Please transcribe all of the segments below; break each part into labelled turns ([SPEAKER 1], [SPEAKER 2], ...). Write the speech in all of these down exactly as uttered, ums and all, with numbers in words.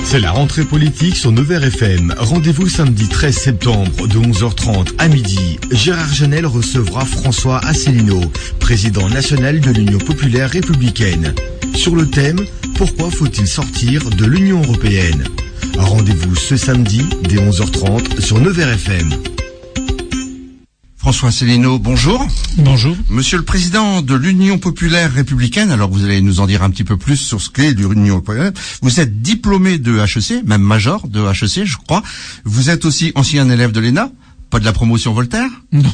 [SPEAKER 1] C'est la rentrée politique sur Nevers F M. Rendez-vous samedi treize septembre de onze heures trente à midi. Gérard Janel recevra François Asselineau, président national de l'Union populaire républicaine. Sur le thème « Pourquoi faut-il sortir de l'Union européenne ?» Rendez-vous ce samedi dès onze heures trente sur Nevers F M.
[SPEAKER 2] François Asselineau, bonjour.
[SPEAKER 3] Bonjour.
[SPEAKER 2] Monsieur le président de l'Union populaire républicaine, alors vous allez nous en dire un petit peu plus sur ce qu'est l'Union populaire. Vous êtes diplômé de H E C, même major de H E C, je crois. Vous êtes aussi ancien élève de l'E N A, pas de la promotion Voltaire.
[SPEAKER 3] Non.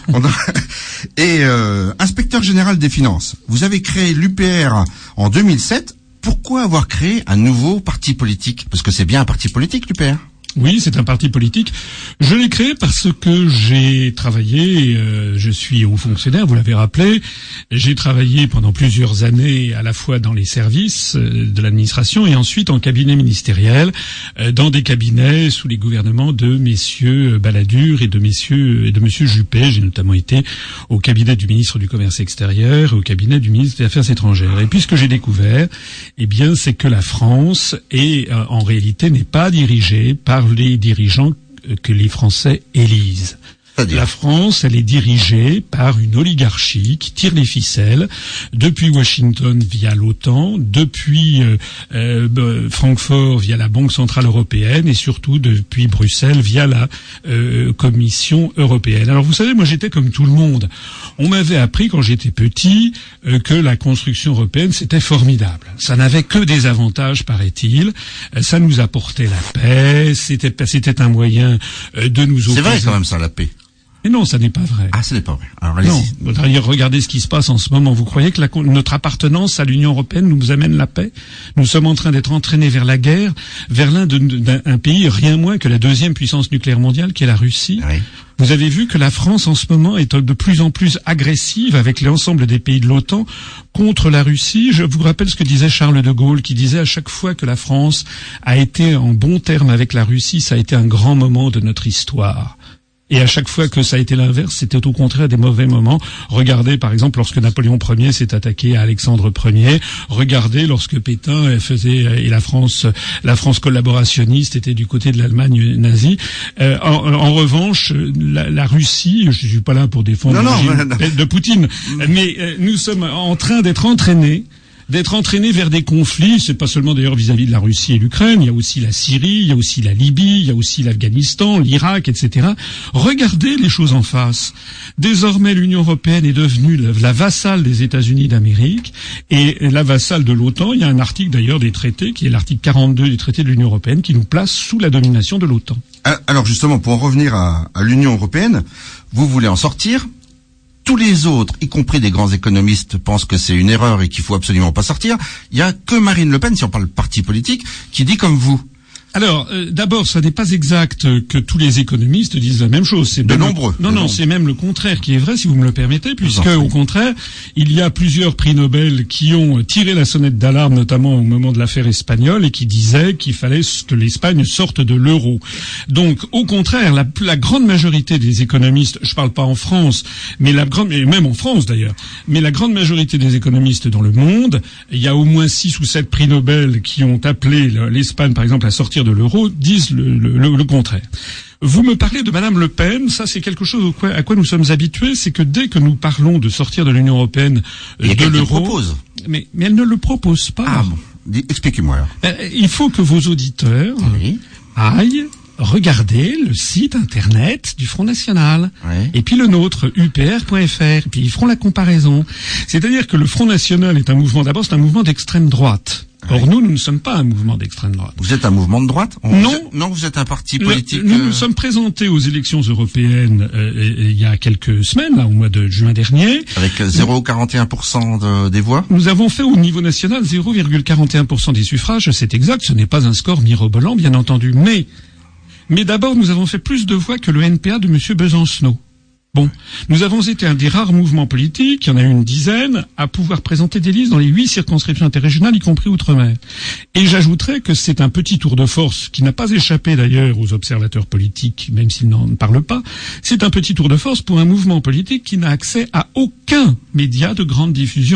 [SPEAKER 2] Et euh, inspecteur général des finances. Vous avez créé l'U P R en deux mille sept. Pourquoi avoir créé un nouveau parti politique? Parce que c'est bien un parti politique, l'U P R.
[SPEAKER 3] Oui, c'est un parti politique. Je l'ai créé parce que j'ai travaillé, euh, je suis haut fonctionnaire, vous l'avez rappelé, j'ai travaillé pendant plusieurs années à la fois dans les services euh, de l'administration et ensuite en cabinet ministériel, euh, dans des cabinets sous les gouvernements de messieurs Balladur et de messieurs et de monsieur Juppé. J'ai notamment été au cabinet du ministre du Commerce extérieur et au cabinet du ministre des Affaires étrangères. Et puis ce que j'ai découvert, eh bien, c'est que la France est, euh, en réalité, n'est pas dirigée par les dirigeants que les Français élisent. La France, elle est dirigée par une oligarchie qui tire les ficelles depuis Washington via l'OTAN, depuis euh, euh, Francfort via la Banque centrale européenne et surtout depuis Bruxelles via la euh, Commission européenne. Alors vous savez, moi j'étais comme tout le monde. On m'avait appris quand j'étais petit euh, que la construction européenne c'était formidable. Ça n'avait que des avantages, paraît-il. Euh, ça nous apportait la paix. C'était c'était un moyen euh, de nous opposer.
[SPEAKER 2] C'est vrai quand même ça, la paix.
[SPEAKER 3] Mais non, ça n'est pas vrai.
[SPEAKER 2] Ah, ce n'est pas vrai. Alors,
[SPEAKER 3] non. D'ailleurs, regardez ce qui se passe en ce moment. Vous croyez que la, notre appartenance à l'Union européenne nous amène la paix? Nous sommes en train d'être entraînés vers la guerre, vers l'un d'un pays rien moins que la deuxième puissance nucléaire mondiale, qui est la Russie. Oui. Vous avez vu que la France, en ce moment, est de plus en plus agressive avec l'ensemble des pays de l'OTAN contre la Russie. Je vous rappelle ce que disait Charles de Gaulle, qui disait à chaque fois que la France a été en bon terme avec la Russie, ça a été un grand moment de notre histoire. Et à chaque fois que ça a été l'inverse, c'était au contraire des mauvais moments. Regardez, par exemple, lorsque Napoléon Ier s'est attaqué à Alexandre Ier. Regardez lorsque Pétain faisait, et la France, la France collaborationniste était du côté de l'Allemagne nazie. Euh, en, en revanche, la, la Russie, je suis pas là pour défendre
[SPEAKER 2] non,
[SPEAKER 3] le
[SPEAKER 2] non,
[SPEAKER 3] régime de Poutine, mais euh, nous sommes en train d'être entraînés d'être entraînés vers des conflits. C'est pas seulement d'ailleurs vis-à-vis de la Russie et l'Ukraine, il y a aussi la Syrie, il y a aussi la Libye, il y a aussi l'Afghanistan, l'Irak, et cetera. Regardez les choses en face. Désormais, l'Union européenne est devenue la vassale des États-Unis d'Amérique et la vassale de l'OTAN. Il y a un article d'ailleurs des traités, qui est l'article quarante-deux des traités de l'Union européenne, qui nous place sous la domination de l'OTAN.
[SPEAKER 2] Alors justement, pour en revenir à, à l'Union européenne, vous voulez en sortir. Tous les autres, y compris des grands économistes, pensent que c'est une erreur et qu'il faut absolument pas sortir. Il y a que Marine Le Pen, si on parle parti politique, qui dit comme vous.
[SPEAKER 3] Alors, euh, d'abord, ça n'est pas exact que tous les économistes disent la même chose. C'est
[SPEAKER 2] de nombreux.
[SPEAKER 3] Le... Non, non, c'est même le contraire qui est vrai, si vous me le permettez, puisque, au contraire, il y a plusieurs prix Nobel qui ont tiré la sonnette d'alarme, notamment au moment de l'affaire espagnole, et qui disaient qu'il fallait que l'Espagne sorte de l'euro. Donc, au contraire, la, la grande majorité des économistes, je parle pas en France, mais la grande, et même en France d'ailleurs, mais la grande majorité des économistes dans le monde, il y a au moins six ou sept prix Nobel qui ont appelé l'Espagne, par exemple, à sortir de l'euro, disent le, le, le contraire. Vous me parlez de Madame Le Pen, ça c'est quelque chose au quoi, à quoi nous sommes habitués, c'est que dès que nous parlons de sortir de l'Union européenne,
[SPEAKER 2] et
[SPEAKER 3] de l'euro,
[SPEAKER 2] propose.
[SPEAKER 3] Mais, mais elle ne le propose pas.
[SPEAKER 2] Ah bon, expliquez-moi alors.
[SPEAKER 3] Euh, il faut que vos auditeurs oui. aillent regarder le site internet du Front National, oui. et puis le nôtre, U P R point F R, et puis ils feront la comparaison. C'est-à-dire que le Front National est un mouvement, d'abord c'est un mouvement d'extrême droite. Or, nous, nous ne sommes pas un mouvement d'extrême droite.
[SPEAKER 2] Vous êtes un mouvement de droite?
[SPEAKER 3] On, non.
[SPEAKER 2] Vous êtes, non, vous êtes un parti politique.
[SPEAKER 3] Le, nous
[SPEAKER 2] euh...
[SPEAKER 3] nous sommes présentés aux élections européennes euh, il y a quelques semaines, là, au mois de juin dernier.
[SPEAKER 2] Avec zéro virgule quarante et un pour cent de, des voix?
[SPEAKER 3] Nous avons fait au niveau national zéro virgule quarante et un pour cent des suffrages, c'est exact, ce n'est pas un score mirobolant, bien entendu. Mais, mais d'abord, nous avons fait plus de voix que le N P A de M. Besancenot. Bon, nous avons été un des rares mouvements politiques, il y en a eu une dizaine, à pouvoir présenter des listes dans les huit circonscriptions interrégionales, y compris Outre-mer. Et j'ajouterais que c'est un petit tour de force qui n'a pas échappé d'ailleurs aux observateurs politiques, même s'ils n'en parlent pas. C'est un petit tour de force pour un mouvement politique qui n'a accès à aucun média de grande diffusion.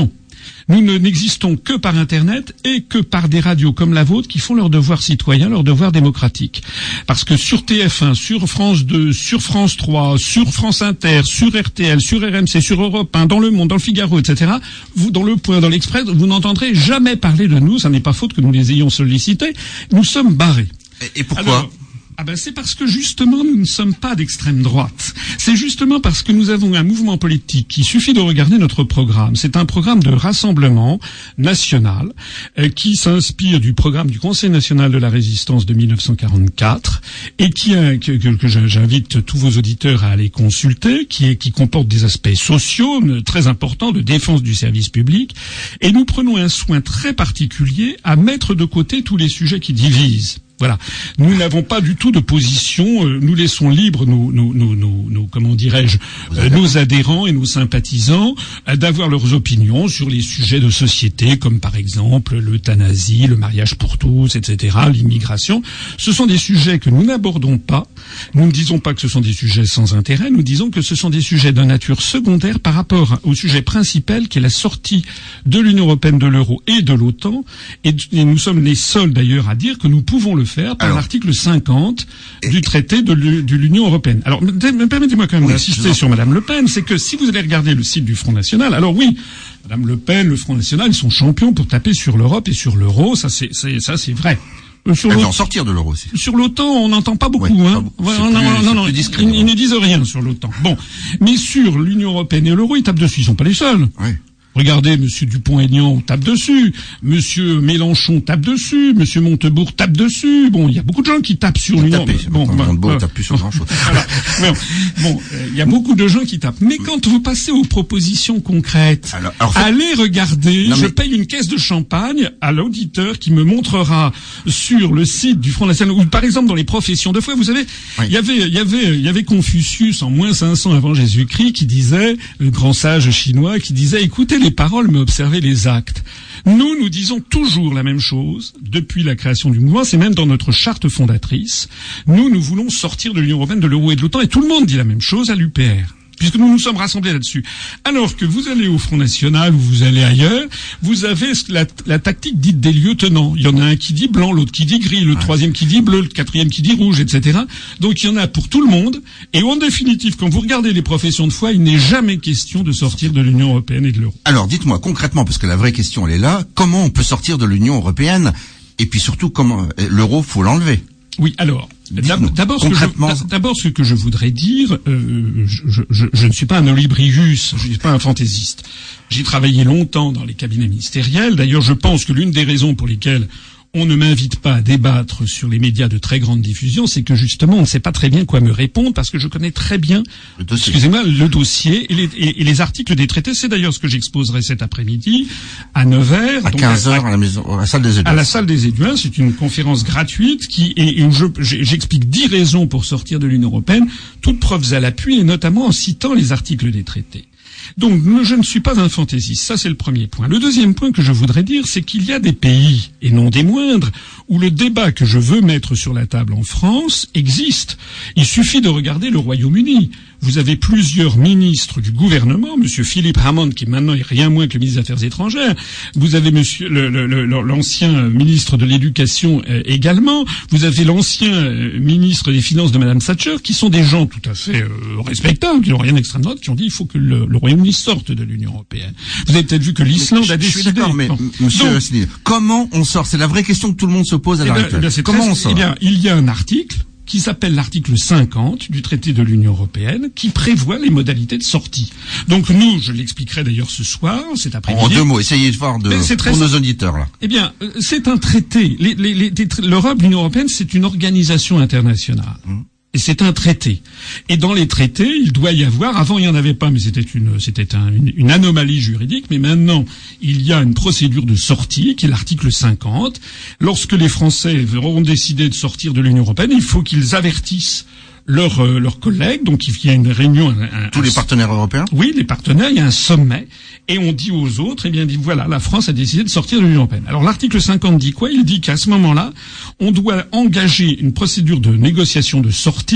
[SPEAKER 3] Nous ne n'existons que par Internet et que par des radios comme la vôtre qui font leur devoir citoyen, leur devoir démocratique. Parce que sur T F un, sur France deux, sur France trois, sur France Inter, sur R T L, sur R M C, sur Europe un, dans Le Monde, dans Le Figaro, et cetera, vous, dans Le Point, dans l'Express, vous n'entendrez jamais parler de nous. Ça n'est pas faute que nous les ayons sollicités. Nous sommes barrés.
[SPEAKER 2] Et, et pourquoi?
[SPEAKER 3] Alors, ah ben c'est parce que justement nous ne sommes pas d'extrême droite. C'est justement parce que nous avons un mouvement politique. Il suffit de regarder notre programme. C'est un programme de rassemblement national euh, qui s'inspire du programme du Conseil national de la résistance de mille neuf cent quarante-quatre et qui a, que, que, que j'invite tous vos auditeurs à aller consulter, qui est qui comporte des aspects sociaux très importants de défense du service public. Et nous prenons un soin très particulier à mettre de côté tous les sujets qui divisent. Voilà. Nous n'avons pas du tout de position. Euh, nous laissons libres nos, nos, nos, nos, nos comment dirais-je, euh, nos adhérents et nos sympathisants euh, d'avoir leurs opinions sur les sujets de société, comme par exemple l'euthanasie, le mariage pour tous, et cetera, l'immigration. Ce sont des sujets que nous n'abordons pas. Nous ne disons pas que ce sont des sujets sans intérêt. Nous disons que ce sont des sujets de nature secondaire par rapport au sujet principal qui est la sortie de l'Union européenne, de l'euro et de l'OTAN. Et, et nous sommes les seuls d'ailleurs à dire que nous pouvons le faire par Alors, l'article cinquante et... du traité de l'Union européenne. Alors, permettez-moi quand même oui, d'insister sur Madame Le Pen, c'est que si vous allez regarder le site du Front National, alors oui, Madame Le Pen, le Front National, ils sont champions pour taper sur l'Europe et sur l'euro, ça c'est, c'est ça c'est vrai.
[SPEAKER 2] Sur Elle veut en sortir de l'euro aussi.
[SPEAKER 3] Sur l'OTAN, on n'entend pas beaucoup.
[SPEAKER 2] Ouais,
[SPEAKER 3] hein.
[SPEAKER 2] Pas beaucoup.
[SPEAKER 3] Ouais, non,
[SPEAKER 2] plus,
[SPEAKER 3] non, non,
[SPEAKER 2] discret,
[SPEAKER 3] ils, ils ne disent rien sur l'OTAN. Bon, mais sur l'Union européenne et l'euro, ils tapent dessus. Ils sont pas les seuls.
[SPEAKER 2] Oui.
[SPEAKER 3] Regardez, Monsieur Dupont-Aignan tape dessus, Monsieur Mélenchon tape dessus, Monsieur Montebourg tape dessus. Bon, il y a beaucoup de gens qui tapent sur l'Union.
[SPEAKER 2] Bon, bon, Montebourg bah, tape plus sur grand-chose.
[SPEAKER 3] Voilà. Bon, bon euh, il y a beaucoup de gens qui tapent. Mais quand vous passez aux propositions concrètes, alors, alors, fait... allez regarder. Non, mais... Je paye une caisse de champagne à l'auditeur qui me montrera sur le site du Front National, ou par exemple dans les professions de foi. Vous savez, il oui. y avait, il y avait, il y avait Confucius en moins cinq cents avant Jésus-Christ qui disait, le grand sage chinois, qui disait, écoutez les paroles, mais observez les actes. Nous, nous disons toujours la même chose depuis la création du mouvement, c'est même dans notre charte fondatrice. Nous, nous voulons sortir de l'Union européenne, de l'euro et de l'OTAN, et tout le monde dit la même chose à l'U P R. Puisque nous nous sommes rassemblés là-dessus. Alors que vous allez au Front National ou vous allez ailleurs, vous avez la, la tactique dite des lieutenants. Il y en a un qui dit blanc, l'autre qui dit gris, le ouais. troisième qui dit bleu, le quatrième qui dit rouge, et cetera. Donc il y en a pour tout le monde. Et en définitive, quand vous regardez les professions de foi, il n'est jamais question de sortir de l'Union européenne et de l'euro.
[SPEAKER 2] Alors dites-moi concrètement, parce que la vraie question elle est là, comment on peut sortir de l'Union européenne? Et puis surtout, comment l'euro, faut l'enlever?
[SPEAKER 3] Oui, alors, d'abord, ce que je, d'abord, ce que je voudrais dire, euh, je, je, je ne suis pas un olibrius, je ne suis pas un fantaisiste. J'ai travaillé longtemps dans les cabinets ministériels. D'ailleurs, je pense que l'une des raisons pour lesquelles on ne m'invite pas à débattre sur les médias de très grande diffusion, c'est que justement, on ne sait pas très bien quoi me répondre parce que je connais très bien,
[SPEAKER 2] le dossier.
[SPEAKER 3] excusez-moi, le dossier et les, et, et les articles des traités. C'est d'ailleurs ce que j'exposerai cet après-midi à neuf heures.
[SPEAKER 2] À quinze heures à, à la maison, à la salle des Éduins.
[SPEAKER 3] À la salle des Éduins, c'est une conférence gratuite qui et, et je, j'explique dix raisons pour sortir de l'Union européenne, toutes preuves à l'appui et notamment en citant les articles des traités. Donc, je ne suis pas un fantaisiste. Ça, c'est le premier point. Le deuxième point que je voudrais dire, c'est qu'il y a des pays, et non des moindres, où le débat que je veux mettre sur la table en France existe. Il suffit de regarder le Royaume-Uni. Vous avez plusieurs ministres du gouvernement, Monsieur Philippe Hammond, qui maintenant est rien moins que le ministre des Affaires étrangères. Vous avez Monsieur le, le, le, l'ancien ministre de l'Éducation euh, également. Vous avez l'ancien euh, ministre des Finances de Madame Thatcher, qui sont des gens tout à fait euh, respectables, qui n'ont rien d'extrême droite, qui ont dit il faut que le, le Royaume-Uni sorte de l'Union européenne. Vous avez peut-être vu que l'Islande a décidé. Je suis
[SPEAKER 2] d'accord, mais bon. Monsieur Donc, Asselineau, comment on sort? C'est la vraie question que tout le monde se pose à l'heure actuelle.
[SPEAKER 3] Eh comment très, on sort? Eh bien, il y a un article qui s'appelle l'article cinquante du traité de l'Union européenne, qui prévoit les modalités de sortie. Donc nous, je l'expliquerai d'ailleurs ce soir, cet après-midi.
[SPEAKER 2] En deux mots, essayez de voir de, pour nos auditeurs là.
[SPEAKER 3] Eh bien, c'est un traité. Les, les, les, L'Europe, l'Union européenne, c'est une organisation internationale. Hum. Et c'est un traité. Et dans les traités, il doit y avoir, avant il n'y en avait pas, mais c'était une, c'était un, une, une anomalie juridique, mais maintenant, il y a une procédure de sortie, qui est l'article cinquante. Lorsque les Français auront décidé de sortir de l'Union européenne, il faut qu'ils avertissent leurs euh, leurs collègues, donc il y a une réunion. Un,
[SPEAKER 2] Tous un, les partenaires européens.
[SPEAKER 3] Oui, les partenaires. Il y a un sommet et on dit aux autres, eh bien, dit voilà, la France a décidé de sortir de l'Union européenne. Alors l'article cinquante dit quoi? Il dit qu'à ce moment-là, on doit engager une procédure de négociation de sortie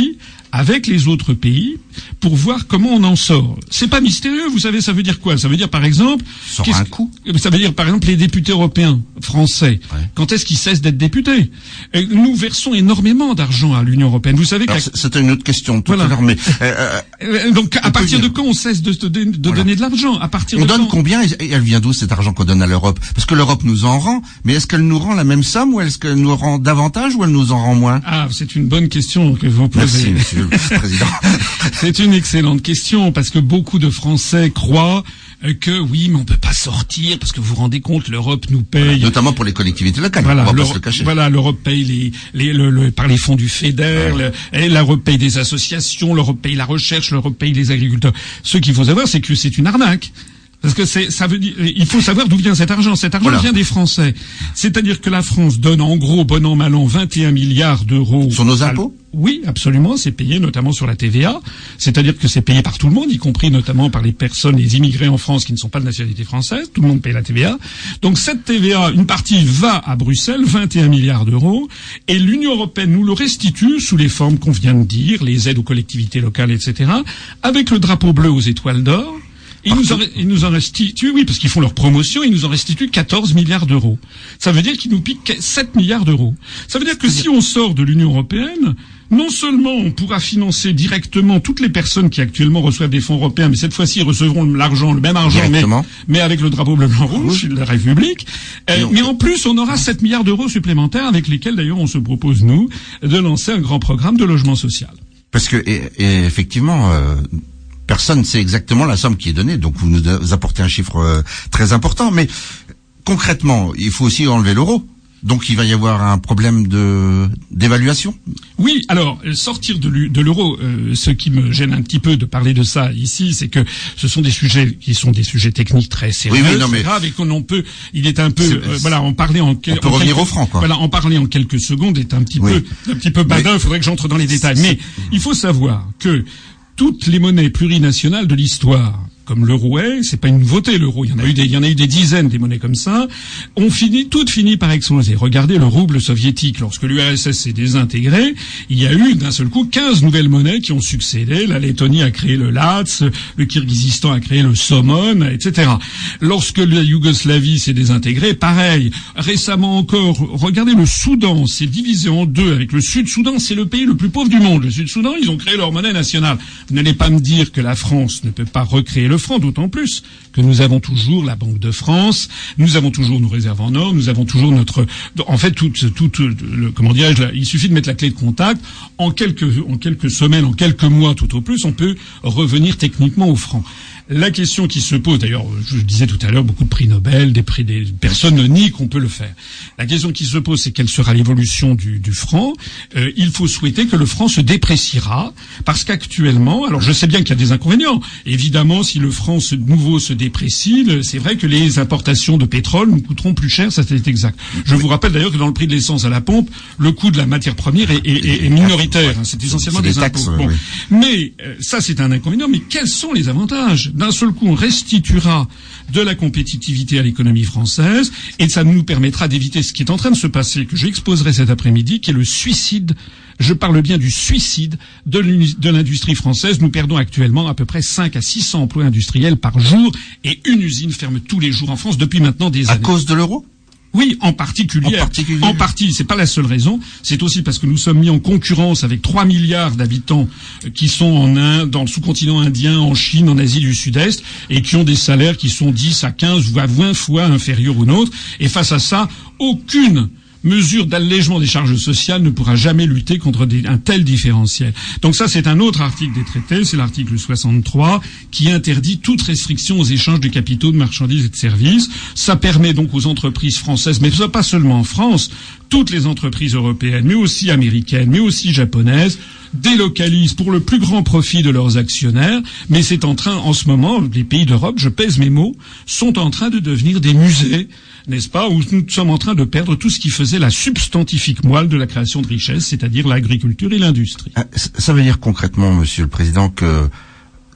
[SPEAKER 3] avec les autres pays pour voir comment on en sort. C'est pas mystérieux, vous savez, ça veut dire quoi? Ça veut dire par exemple,
[SPEAKER 2] ça aura un coût.
[SPEAKER 3] Ça veut dire par exemple les députés européens français. Ouais. Quand est-ce qu'ils cessent d'être députés? Et nous versons énormément d'argent à l'Union européenne. Vous savez que la...
[SPEAKER 2] c'était une autre question tout voilà. à l'heure, mais
[SPEAKER 3] euh, euh, donc à partir de quand on cesse de, de, de, de voilà. donner de l'argent? À partir
[SPEAKER 2] on
[SPEAKER 3] de
[SPEAKER 2] donne
[SPEAKER 3] quand...
[SPEAKER 2] combien et elle vient d'où cet argent qu'on donne à l'Europe? Parce que l'Europe nous en rend, mais est-ce qu'elle nous rend la même somme ou est-ce qu'elle nous rend davantage ou elle nous en rend moins?
[SPEAKER 3] Ah, c'est une bonne question que vous posez.
[SPEAKER 2] Merci, Monsieur le Président.
[SPEAKER 3] C'est une excellente question parce que beaucoup de Français croient que oui, mais on peut pas sortir parce que vous vous rendez compte, l'Europe nous paye. Voilà,
[SPEAKER 2] notamment pour les collectivités locales.
[SPEAKER 3] Voilà,
[SPEAKER 2] on va pas se le cacher.
[SPEAKER 3] Voilà, l'Europe paye les, les, le, le, par les fonds du FEDER, ouais. le, l'Europe paye des associations, l'Europe paye la recherche, l'Europe paye les agriculteurs. Ce qu'il faut savoir, c'est que c'est une arnaque. Parce que c'est, ça veut dire, il faut savoir d'où vient cet argent. Cet argent voilà. vient des Français. C'est-à-dire que la France donne en gros, bon an, mal an, vingt et un milliards d'euros.
[SPEAKER 2] Sur nos impôts?
[SPEAKER 3] Oui, absolument. C'est payé notamment sur la T V A. C'est-à-dire que c'est payé par tout le monde, y compris notamment par les personnes, les immigrés en France qui ne sont pas de nationalité française. Tout le monde paye la T V A. Donc cette T V A, une partie va à Bruxelles, vingt et un milliards d'euros, et l'Union européenne nous le restitue sous les formes qu'on vient de dire, les aides aux collectivités locales, et cetera, avec le drapeau bleu aux étoiles d'or. Ils nous, en, ils nous en restituent, oui, parce qu'ils font leur promotion, ils nous en restituent quatorze milliards d'euros. Ça veut dire qu'ils nous piquent sept milliards d'euros. Ça veut dire que si on sort de l'Union européenne, non seulement on pourra financer directement toutes les personnes qui actuellement reçoivent des fonds européens, mais cette fois-ci ils recevront l'argent, le même argent, mais, mais avec le drapeau bleu, blanc, rouge de la République. Euh, mais en plus, on aura sept milliards d'euros supplémentaires avec lesquels d'ailleurs on se propose, nous, de lancer un grand programme de logement social.
[SPEAKER 2] Parce que, et, et effectivement, euh, personne ne sait exactement la somme qui est donnée, donc vous nous apportez un chiffre euh, très important. Mais concrètement, il faut aussi enlever l'euro. Donc il va y avoir un problème de d'évaluation.
[SPEAKER 3] Oui, alors sortir de l'euro, euh, ce qui me gêne un petit peu de parler de ça ici, c'est que ce sont des sujets qui sont des sujets techniques très sérieux,
[SPEAKER 2] oui, oui, non, mais
[SPEAKER 3] graves, et qu'on peut, il est un peu, euh, voilà, en parler en,
[SPEAKER 2] on peut
[SPEAKER 3] en
[SPEAKER 2] revenir
[SPEAKER 3] quelques,
[SPEAKER 2] au franc, quoi.
[SPEAKER 3] Voilà, en parler en quelques secondes est un petit oui. peu, un petit peu badin. Il faudrait que j'entre dans les détails, mais il faut savoir que toutes les monnaies plurinationales de l'histoire, comme l'euro est, c'est pas une nouveauté, l'euro. Il y en a eu des, il y en a eu des dizaines des monnaies comme ça. On finit, toutes finit par exploser. Regardez le rouble soviétique. Lorsque l'U R S S s'est désintégré, il y a eu d'un seul coup quinze nouvelles monnaies qui ont succédé. La Lettonie a créé le lats, le Kirghizistan a créé le somon, et cetera. Lorsque la Yougoslavie s'est désintégrée, pareil. Récemment encore, regardez le Soudan, c'est divisé en deux avec le Sud-Soudan. C'est le pays le plus pauvre du monde. Le Sud-Soudan, ils ont créé leur monnaie nationale. Vous n'allez pas me dire que la France ne peut pas recréer le franc, d'autant plus que nous avons toujours la Banque de France, nous avons toujours nos réserves en or, nous avons toujours notre, en fait, tout, tout, tout le, comment dirais-je, il suffit de mettre la clé de contact. En quelques, en quelques semaines, en quelques mois, tout au plus, on peut revenir techniquement au franc. La question qui se pose, d'ailleurs, je disais tout à l'heure, beaucoup de prix Nobel, des prix des personnes ne nient qu'on peut le faire. La question qui se pose, c'est quelle sera l'évolution du, du franc. Euh, il faut souhaiter que le franc se dépréciera, parce qu'actuellement, alors je sais bien qu'il y a des inconvénients. Évidemment, si le franc se, nouveau se déprécie, c'est vrai que les importations de pétrole nous coûteront plus cher, ça c'est exact. Je vous rappelle d'ailleurs que dans le prix de l'essence à la pompe, le coût de la matière première est, est, est, est minoritaire. Hein, c'est essentiellement des, des
[SPEAKER 2] taxes,
[SPEAKER 3] impôts. Bon.
[SPEAKER 2] Oui.
[SPEAKER 3] Mais euh, ça c'est un inconvénient. Mais quels sont les avantages? D'un seul coup, on restituera de la compétitivité à l'économie française et ça nous permettra d'éviter ce qui est en train de se passer, que j'exposerai cet après-midi, qui est le suicide. Je parle bien du suicide de l'industrie française. Nous perdons actuellement à peu près cinq à six cents emplois industriels par jour et une usine ferme tous les jours en France depuis maintenant des années.
[SPEAKER 2] À cause de l'euro ?
[SPEAKER 3] Oui, en particulier.
[SPEAKER 2] En particulier.
[SPEAKER 3] En partie, c'est pas la seule raison. C'est aussi parce que nous sommes mis en concurrence avec trois milliards d'habitants qui sont en Inde, dans le sous-continent indien, en Chine, en Asie du Sud-Est, et qui ont des salaires qui sont dix à quinze ou à vingt fois inférieurs aux nôtres. Et face à ça, aucune mesure d'allègement des charges sociales ne pourra jamais lutter contre des, un tel différentiel. Donc ça, c'est un autre article des traités, c'est l'article soixante-trois, qui interdit toute restriction aux échanges de capitaux, de marchandises et de services. Ça permet donc aux entreprises françaises, mais pas seulement en France, toutes les entreprises européennes, mais aussi américaines, mais aussi japonaises, délocalisent pour le plus grand profit de leurs actionnaires, mais c'est en train, en ce moment, les pays d'Europe, je pèse mes mots, sont en train de devenir des musées, n'est-ce pas, où nous sommes en train de perdre tout ce qui faisait la substantifique moelle de la création de richesse, c'est-à-dire l'agriculture et l'industrie.
[SPEAKER 2] Ça veut dire concrètement, Monsieur le Président, que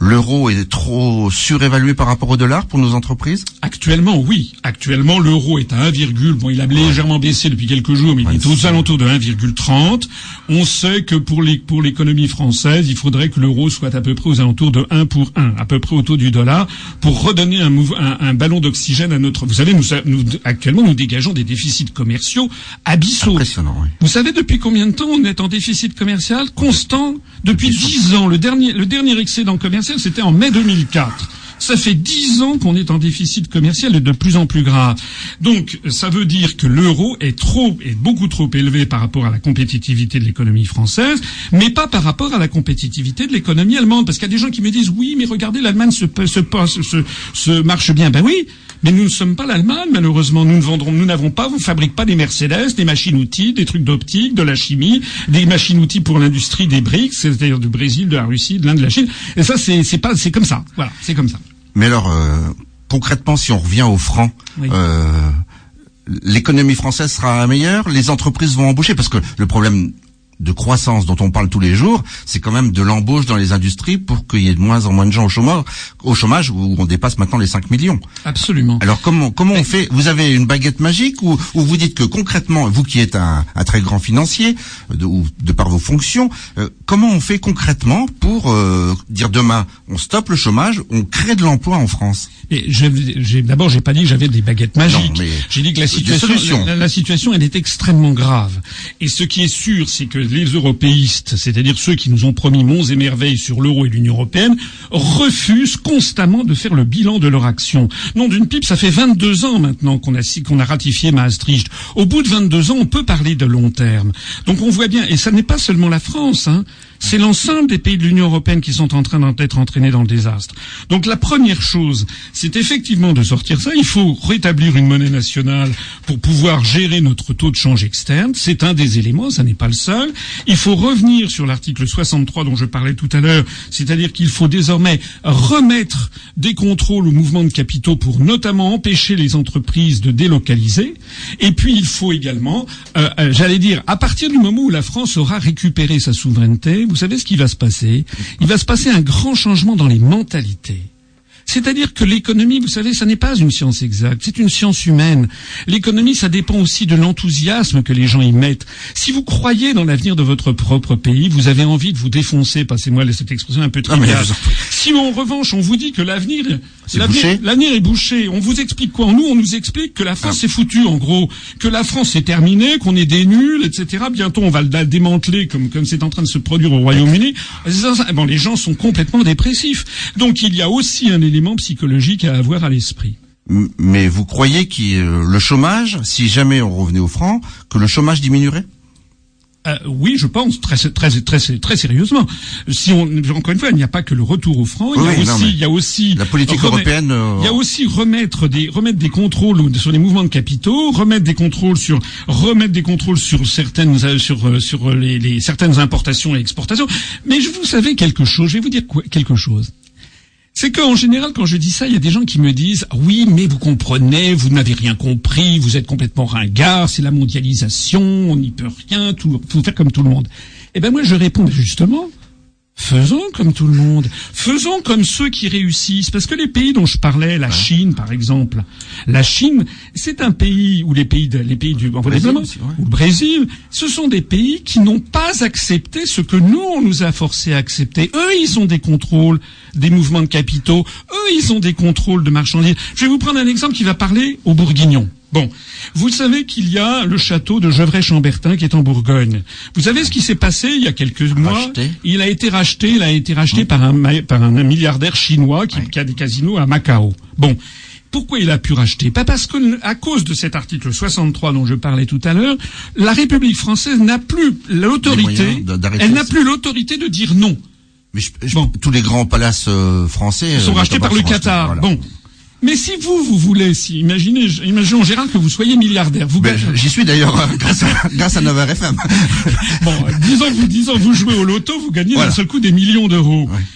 [SPEAKER 2] l'euro est trop surévalué par rapport au dollar pour nos entreprises?
[SPEAKER 3] Actuellement, oui. Actuellement, l'euro est à un, bon, il a légèrement baissé depuis quelques jours, mais il est aux alentours de un virgule trente. On sait que pour les, pour l'économie française, il faudrait que l'euro soit à peu près aux alentours de un pour un, à peu près au taux du dollar, pour redonner un, un, un ballon d'oxygène à notre... Vous savez, nous, nous, actuellement, nous dégageons des déficits commerciaux abyssaux.
[SPEAKER 2] Impressionnant, oui.
[SPEAKER 3] Vous savez depuis combien de temps on est en déficit commercial constant? Depuis dix ans. Le dernier, le dernier excédent commercial, c'était en mai deux mille quatre. Ça fait dix ans qu'on est en déficit commercial et de plus en plus grave. Donc, ça veut dire que l'euro est trop, est beaucoup trop élevé par rapport à la compétitivité de l'économie française, mais pas par rapport à la compétitivité de l'économie allemande. Parce qu'il y a des gens qui me disent, oui, mais regardez, l'Allemagne se, se, se, se, se marche bien. Ben oui. Mais nous ne sommes pas l'Allemagne, malheureusement. Nous ne vendrons, nous n'avons pas, on ne fabrique pas des Mercedes, des machines-outils, des trucs d'optique, de la chimie, des machines-outils pour l'industrie des briques, c'est-à-dire du Brésil, de la Russie, de l'Inde, de la Chine. Et ça, c'est, c'est pas, c'est comme ça. Voilà, c'est comme ça.
[SPEAKER 2] Mais alors, euh, concrètement, si on revient au franc, oui. euh, l'économie française sera meilleure, les entreprises vont embaucher, parce que le problème de croissance dont on parle tous les jours, c'est quand même de l'embauche dans les industries pour qu'il y ait de moins en moins de gens au chômage, au chômage où on dépasse maintenant les cinq millions.
[SPEAKER 3] Absolument.
[SPEAKER 2] Alors comment comment Mais... on fait? Vous avez une baguette magique ou, ou vous dites que concrètement, vous qui êtes un, un très grand financier, de, ou de par vos fonctions, euh, comment on fait concrètement pour euh, dire demain on stoppe le chômage, on crée de l'emploi en France?
[SPEAKER 3] Et je, j'ai, d'abord, j'ai pas dit que j'avais des baguettes magiques.
[SPEAKER 2] Non,
[SPEAKER 3] j'ai dit que la situation, la, la situation, elle est extrêmement grave. Et ce qui est sûr, c'est que les européistes, c'est-à-dire ceux qui nous ont promis monts et merveilles sur l'euro et l'Union européenne, refusent constamment de faire le bilan de leur action. Non, d'une pipe, ça fait vingt-deux ans maintenant qu'on a, qu'on a ratifié Maastricht. Au bout de vingt-deux ans, on peut parler de long terme. Donc on voit bien, et ça n'est pas seulement la France, hein. C'est l'ensemble des pays de l'Union européenne qui sont en train d'être entraînés dans le désastre. Donc la première chose, c'est effectivement de sortir ça. Il faut rétablir une monnaie nationale pour pouvoir gérer notre taux de change externe. C'est un des éléments, ça n'est pas le seul. Il faut revenir sur l'article soixante-trois dont je parlais tout à l'heure, c'est-à-dire qu'il faut désormais remettre des contrôles au mouvement de capitaux pour notamment empêcher les entreprises de délocaliser. Et puis il faut également, euh, euh, j'allais dire, à partir du moment où la France aura récupéré sa souveraineté, vous savez ce qui va se passer? Il va se passer un grand changement dans les mentalités. C'est-à-dire que l'économie, vous savez, ça n'est pas une science exacte, c'est une science humaine. L'économie, ça dépend aussi de l'enthousiasme que les gens y mettent. Si vous croyez dans l'avenir de votre propre pays, vous avez envie de vous défoncer, passez-moi cette expression un peu triviale. Ah, si en revanche, on vous dit que l'avenir, l'avenir, l'avenir est bouché, on vous explique quoi? Nous, on nous explique que la France ah. est foutue, en gros, que la France est terminée, qu'on est des nuls, et cetera. Bientôt, on va la démanteler comme comme c'est en train de se produire au Royaume-Uni. Bon, les gens sont complètement dépressifs. Donc, il y a aussi un élément psychologique à avoir à l'esprit.
[SPEAKER 2] Mais vous croyez que le chômage, si jamais on revenait au franc, que le chômage diminuerait?
[SPEAKER 3] Euh, oui, je pense très très très très sérieusement. Si on encore une fois, il n'y a pas que le retour au franc, il y a oui, aussi non, il y a aussi
[SPEAKER 2] la politique
[SPEAKER 3] remettre,
[SPEAKER 2] européenne. Euh...
[SPEAKER 3] Il y a aussi remettre des remettre des contrôles sur les mouvements de capitaux, remettre des contrôles sur remettre des contrôles sur certaines sur sur les, les certaines importations et exportations. Mais je vous savez quelque chose, je vais vous dire quoi, quelque chose. C'est qu'en général, quand je dis ça, il y a des gens qui me disent « Oui, mais vous comprenez, vous n'avez rien compris, vous êtes complètement ringard, c'est la mondialisation, on n'y peut rien, tout, faut faire comme tout le monde. » Eh ben moi, je réponds justement, faisons comme tout le monde, faisons comme ceux qui réussissent, parce que les pays dont je parlais, la Chine par exemple, la Chine, c'est un pays où les pays de, les pays du en développement, ou le Brésil, ce sont des pays qui n'ont pas accepté ce que nous on nous a forcé à accepter. Eux, ils ont des contrôles des mouvements de capitaux, eux, ils ont des contrôles de marchandises. Je vais vous prendre un exemple qui va parler aux Bourguignons. Bon, vous savez qu'il y a le château de Gevrey-Chambertin qui est en Bourgogne. Vous savez ce qui s'est passé il y a quelques mois?
[SPEAKER 2] Racheté.
[SPEAKER 3] Il a été racheté, il a été racheté mmh. par un par un, un milliardaire chinois qui, ouais. qui a des casinos à Macao. Bon. Pourquoi il a pu racheter? Pas parce que, à cause de cet article soixante-trois dont je parlais tout à l'heure, la République française n'a plus l'autorité, elle n'a plus l'autorité de dire non.
[SPEAKER 2] Mais je, je, bon. Tous les grands palaces euh, français
[SPEAKER 3] sont euh, rachetés par le Qatar. Rachetés, voilà. Bon. Mais si vous, vous voulez, si, imaginez, imaginons, Gérard, que vous soyez milliardaire. Vous
[SPEAKER 2] ben, j'y suis d'ailleurs, euh, grâce à, grâce à neuf heures F M.
[SPEAKER 3] Bon, disons que vous, disons, vous jouez au loto, vous gagnez voilà. d'un seul coup des millions d'euros. Ouais.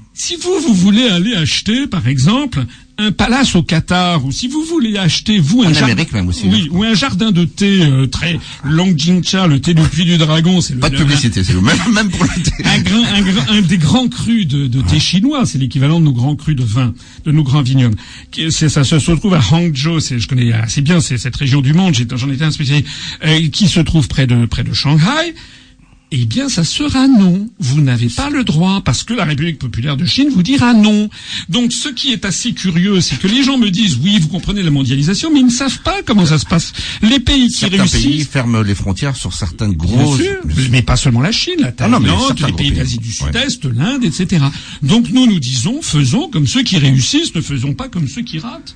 [SPEAKER 3] Si vous, vous voulez aller acheter, par exemple, un palace au Qatar, ou si vous voulez acheter, vous, un
[SPEAKER 2] en
[SPEAKER 3] jardin,
[SPEAKER 2] Amérique même aussi,
[SPEAKER 3] oui, ou un jardin de thé euh, très Longjingcha, le thé du Puy du Dragon, c'est le,
[SPEAKER 2] pas de publicité, c'est même, même pour le thé.
[SPEAKER 3] Un, grand, un, grand, un des grands crus de, de thé chinois, c'est l'équivalent de nos grands crus de vin, de nos grands vignobles. C'est, ça, ça se trouve à Hangzhou, c'est, je connais assez bien c'est, cette région du monde, j'en étais un spécialiste, euh, qui se trouve près de, près de Shanghai. Eh bien, ça sera non. Vous n'avez pas le droit, parce que la République populaire de Chine vous dira non. Donc, ce qui est assez curieux, c'est que les gens me disent, oui, vous comprenez la mondialisation, mais ils ne savent pas comment ça se passe. Les pays qui
[SPEAKER 2] certains
[SPEAKER 3] réussissent...
[SPEAKER 2] pays ferment les frontières sur certaines grosses...
[SPEAKER 3] Bien sûr, mais pas seulement la Chine, la Thaïlande, ah non, les pays d'Asie du Sud-Est, ouais. l'Inde, et cetera. Donc, nous, nous disons, faisons comme ceux qui réussissent, ne faisons pas comme ceux qui ratent.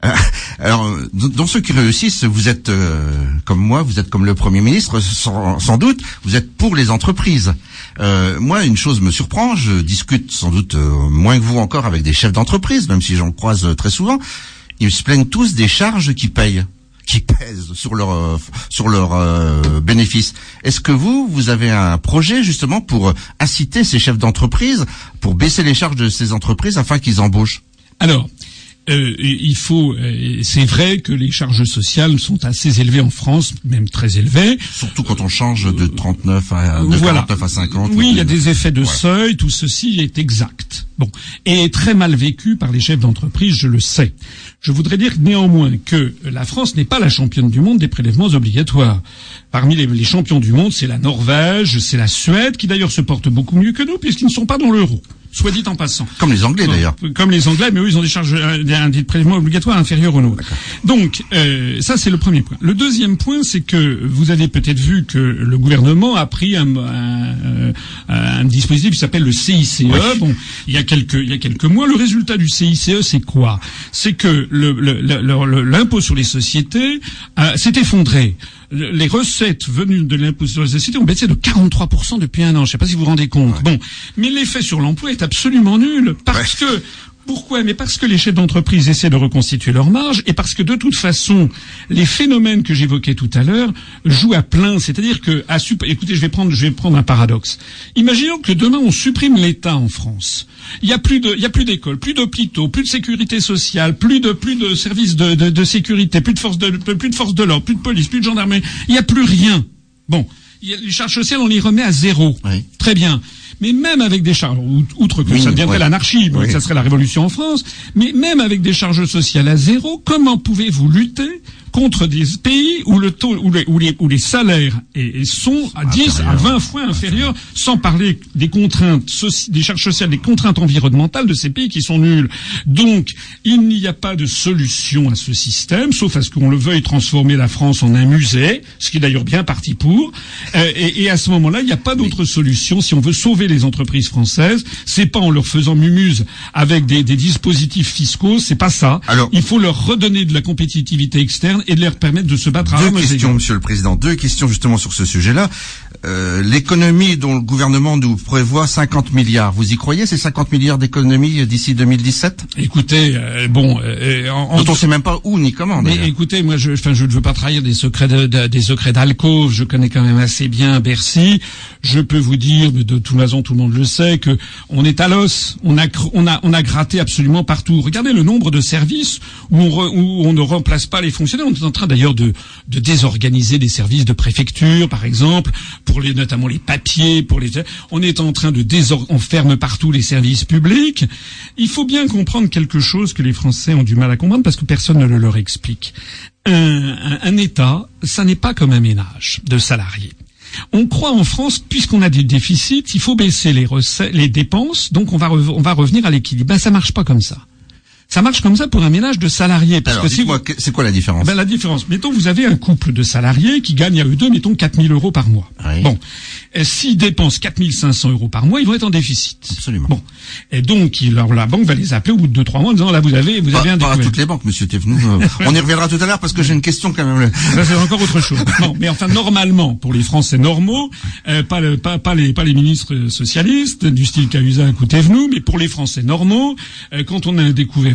[SPEAKER 2] Alors, dans ceux qui réussissent, vous êtes euh, comme moi, vous êtes comme le Premier ministre, sans, sans doute, vous êtes pour les entreprises. Euh, moi, une chose me surprend, je discute sans doute euh, moins que vous encore avec des chefs d'entreprise, même si j'en croise euh, très souvent. Ils se plaignent tous des charges qui payent, qui pèsent sur leur euh, sur leurs euh, bénéfices. Est-ce que vous, vous avez un projet justement pour inciter ces chefs d'entreprise, pour baisser les charges de ces entreprises afin qu'ils embauchent ?
[SPEAKER 3] Alors. Euh, il faut, euh, c'est vrai que les charges sociales sont assez élevées en France, même très élevées.
[SPEAKER 2] Surtout quand on change de trente-neuf à, de
[SPEAKER 3] voilà.
[SPEAKER 2] quarante-neuf à cinquante.
[SPEAKER 3] Oui, il y a des effets de
[SPEAKER 2] voilà.
[SPEAKER 3] seuil, tout ceci est exact. Bon. Et très mal vécu par les chefs d'entreprise, je le sais. Je voudrais dire néanmoins que la France n'est pas la championne du monde des prélèvements obligatoires. Parmi les, les champions du monde, c'est la Norvège, c'est la Suède, qui d'ailleurs se porte beaucoup mieux que nous, puisqu'ils ne sont pas dans l'euro. Soit dit en passant.
[SPEAKER 2] Comme les Anglais d'ailleurs.
[SPEAKER 3] Comme les Anglais, mais eux, ils ont des charges, des, des prélèvements obligatoires inférieurs aux nôtres. Donc, euh, ça c'est le premier point. Le deuxième point, c'est que vous avez peut-être vu que le gouvernement a pris un, un, un dispositif qui s'appelle le C I C E. Oui. Bon, il y a quelques, il y a quelques mois, le résultat du C I C E, c'est quoi ? C'est que le, le, le, le, l'impôt sur les sociétés euh, s'est effondré. Les recettes venues de l'impôt sur les sociétés ont baissé de quarante-trois pour cent depuis un an. Je ne sais pas si vous vous rendez compte. Ouais. Bon, mais l'effet sur l'emploi est absolument nul parce ouais. que pourquoi ? Mais parce que les chefs d'entreprise essaient de reconstituer leur marge et parce que de toute façon, les phénomènes que j'évoquais tout à l'heure jouent à plein. C'est-à-dire que, à sup... écoutez, je vais prendre, je vais prendre un paradoxe. Imaginons que demain on supprime l'État en France. Il y a plus de, il y a plus d'écoles, plus d'hôpitaux, plus de sécurité sociale, plus de, plus de services de, de, de sécurité, plus de forces de, plus de forces de l'ordre, plus de police, plus de gendarmerie. Il y a plus rien. Bon, il y a les charges sociales, on les remet à zéro. Oui. Très bien. Mais même avec des charges, outre que oui, ça deviendrait ouais. l'anarchie, bon, oui. ça serait la révolution en France, mais même avec des charges sociales à zéro, comment pouvez-vous lutter contre des pays où le taux, où les, où les, où les salaires et, et sont à dix à vingt fois inférieurs, sans parler des contraintes, soci, des charges sociales, des contraintes environnementales de ces pays qui sont nuls. Donc, il n'y a pas de solution à ce système, sauf à ce qu'on le veuille transformer la France en un musée, ce qui est d'ailleurs bien parti pour. Euh, et, et à ce moment-là, il n'y a pas d'autre solution si on veut sauver les entreprises françaises. C'est pas en leur faisant mumuse avec des, des dispositifs fiscaux, c'est pas ça. Alors, il faut leur redonner de la compétitivité externe et de leur permettre de se battre à
[SPEAKER 2] armes égales. Deux questions, Monsieur le Président. Deux questions justement sur ce sujet-là. Euh, l'économie dont le gouvernement nous prévoit cinquante milliards. Vous y croyez, ces cinquante milliards d'économies d'ici deux mille dix-sept ?
[SPEAKER 3] Écoutez, euh, bon... Euh, en,
[SPEAKER 2] dont on ne sait même pas où ni comment, d'ailleurs.
[SPEAKER 3] Mais écoutez, moi, je, enfin, je ne veux pas trahir des secrets de, de, des secrets d'alcôve. Je connais quand même assez bien Bercy. Je peux vous dire, mais de toute façon, tout le monde le sait, que on est à l'os. On a, on a, on a gratté absolument partout. Regardez le nombre de services où on, re, où on ne remplace pas les fonctionnaires. On est en train d'ailleurs de, de désorganiser des services de préfecture, par exemple, pour les, notamment les papiers, pour les, on est en train de désor, on ferme partout les services publics. Il faut bien comprendre quelque chose que les Français ont du mal à comprendre parce que personne ne le leur explique. Un, un, un État, ça n'est pas comme un ménage de salariés. On croit en France, puisqu'on a des déficits, il faut baisser les recettes, les dépenses, donc on va, re, on va revenir à l'équilibre. Ben, ça marche pas comme ça. Ça marche comme ça pour un ménage de salariés. Parce
[SPEAKER 2] Alors,
[SPEAKER 3] que si
[SPEAKER 2] vous... c'est quoi la différence ?
[SPEAKER 3] Ben, la différence. Mettons, vous avez un couple de salariés qui gagnent à eux deux, mettons, quatre mille euros par mois.
[SPEAKER 2] Oui.
[SPEAKER 3] Bon. Et s'ils dépensent quatre mille cinq cents euros par mois, ils vont être en déficit.
[SPEAKER 2] Absolument.
[SPEAKER 3] Bon. Et donc, il, alors, la banque va les appeler au bout de deux, trois mois en disant, là, vous avez, vous
[SPEAKER 2] pas,
[SPEAKER 3] avez un découvert.
[SPEAKER 2] Pas à toutes les banques, monsieur Thévenoud. On y reviendra tout à l'heure parce que j'ai une question quand même.
[SPEAKER 3] Ça, c'est encore autre chose. Non, mais enfin, normalement, pour les Français normaux, euh, pas, le, pas, pas les, pas les ministres socialistes, du style Cahuzac ou Thévenoud, mais pour les Français normaux, euh, quand on a un découvert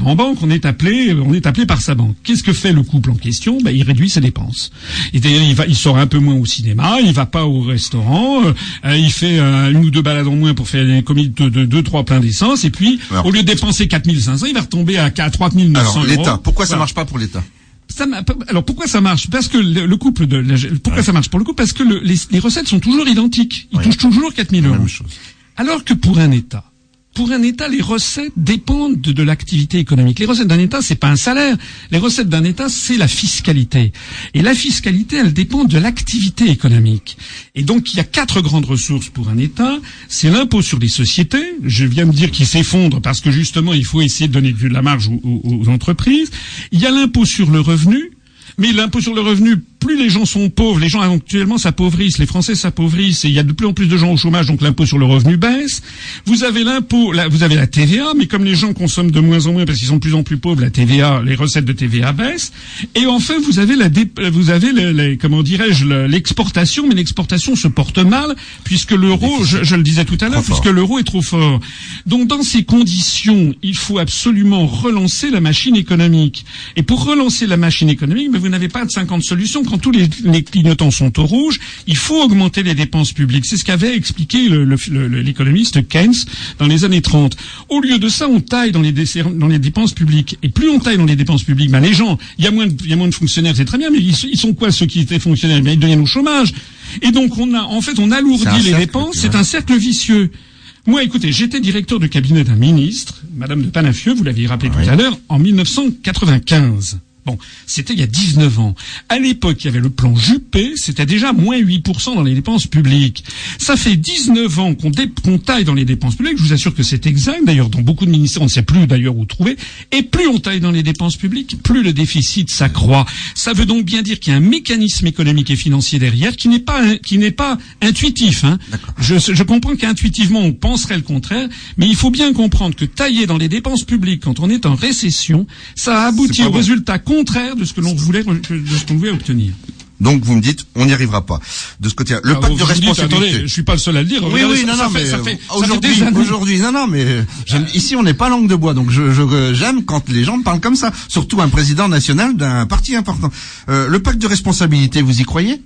[SPEAKER 3] transfère en banque, on est appelé, on est appelé par sa banque. Qu'est-ce que fait le couple en question? Ben, il réduit ses dépenses. C'est-à-dire, il va, il sort un peu moins au cinéma, il va pas au restaurant, euh, il fait euh, une ou deux balades en moins pour faire des commis de, de deux, trois pleins d'essence, et puis, alors, au lieu de dépenser quatre mille cinq cents, il va retomber à trois mille neuf cents euros.
[SPEAKER 2] Alors, l'État, pourquoi ça
[SPEAKER 3] voilà.
[SPEAKER 2] marche pas pour l'État?
[SPEAKER 3] Ça, alors pourquoi ça marche? Parce que le, le couple de pourquoi ouais. ça marche pour le couple? Parce que le, les, les recettes sont toujours identiques. Ils ouais. touchent toujours quatre mille euros. Alors que pour un État, pour un État, les recettes dépendent de, de l'activité économique. Les recettes d'un État, c'est pas un salaire. Les recettes d'un État, c'est la fiscalité. Et la fiscalité, elle dépend de l'activité économique. Et donc, il y a quatre grandes ressources pour un État. C'est l'impôt sur les sociétés. Je viens de dire qu'il s'effondre parce que justement, il faut essayer de donner de la marge aux, aux, aux entreprises. Il y a l'impôt sur le revenu. Mais l'impôt sur le revenu, plus les gens sont pauvres, les gens actuellement s'appauvrissent, les Français s'appauvrissent, et il y a de plus en plus de gens au chômage, donc l'impôt sur le revenu baisse. Vous avez l'impôt, la, vous avez la T V A, mais comme les gens consomment de moins en moins parce qu'ils sont de plus en plus pauvres, la T V A, les recettes de T V A baissent. Et enfin, vous avez la, vous avez le, les, comment dirais-je, l'exportation, mais l'exportation se porte mal puisque l'euro, je, je le disais tout à l'heure, puisque l'euro est trop fort. Donc, dans ces conditions, il faut absolument relancer la machine économique. Et pour relancer la machine économique, mais vous n'avez pas de cinquante solutions. Quand tous les, les clignotants sont au rouge, il faut augmenter les dépenses publiques. C'est ce qu'avait expliqué le, le, le, l'économiste Keynes dans les années trente. Au lieu de ça, on taille dans les, dans les dépenses publiques. Et plus on taille dans les dépenses publiques, ben les gens, il y a moins de, il y a moins de fonctionnaires, c'est très bien, mais ils, ils sont quoi ceux qui étaient fonctionnaires? Ben ils deviennent au chômage. Et donc on a, en fait, on alourdit les cercle, dépenses. C'est un cercle vicieux. Moi, écoutez, j'étais directeur de cabinet d'un ministre, Madame de Panafieux, vous l'aviez rappelé oui. tout à l'heure, en mille neuf cent quatre-vingt-quinze. Bon, c'était il y a dix-neuf ans. À l'époque, il y avait le plan Juppé, c'était déjà moins huit pour cent dans les dépenses publiques. Ça fait dix-neuf ans qu'on, dé- qu'on taille dans les dépenses publiques, je vous assure que c'est exact. D'ailleurs, dans beaucoup de ministères, on ne sait plus d'ailleurs où trouver. Et plus on taille dans les dépenses publiques, plus le déficit s'accroît. Ça veut donc bien dire qu'il y a un mécanisme économique et financier derrière qui n'est pas, qui n'est pas intuitif, hein. Je, je comprends qu'intuitivement, on penserait le contraire, mais il faut bien comprendre que tailler dans les dépenses publiques quand on est en récession, ça aboutit au bon. résultat contraire de ce que l'on voulait, de ce qu'on voulait obtenir.
[SPEAKER 2] Donc vous me dites, on n'y arrivera pas. De ce côté-là, le
[SPEAKER 3] Alors,
[SPEAKER 2] pacte de responsabilité.
[SPEAKER 3] Dites, attendez, je suis pas le seul à le dire.
[SPEAKER 2] Oui,
[SPEAKER 3] Regardez,
[SPEAKER 2] oui, non,
[SPEAKER 3] ça
[SPEAKER 2] non,
[SPEAKER 3] fait,
[SPEAKER 2] mais
[SPEAKER 3] ça fait,
[SPEAKER 2] aujourd'hui,
[SPEAKER 3] ça fait
[SPEAKER 2] aujourd'hui, non, non, mais j'aime, ici on n'est pas langue de bois, donc je, je, j'aime quand les gens parlent comme ça, surtout un président national d'un parti important. Euh, le pacte de responsabilité, vous y croyez?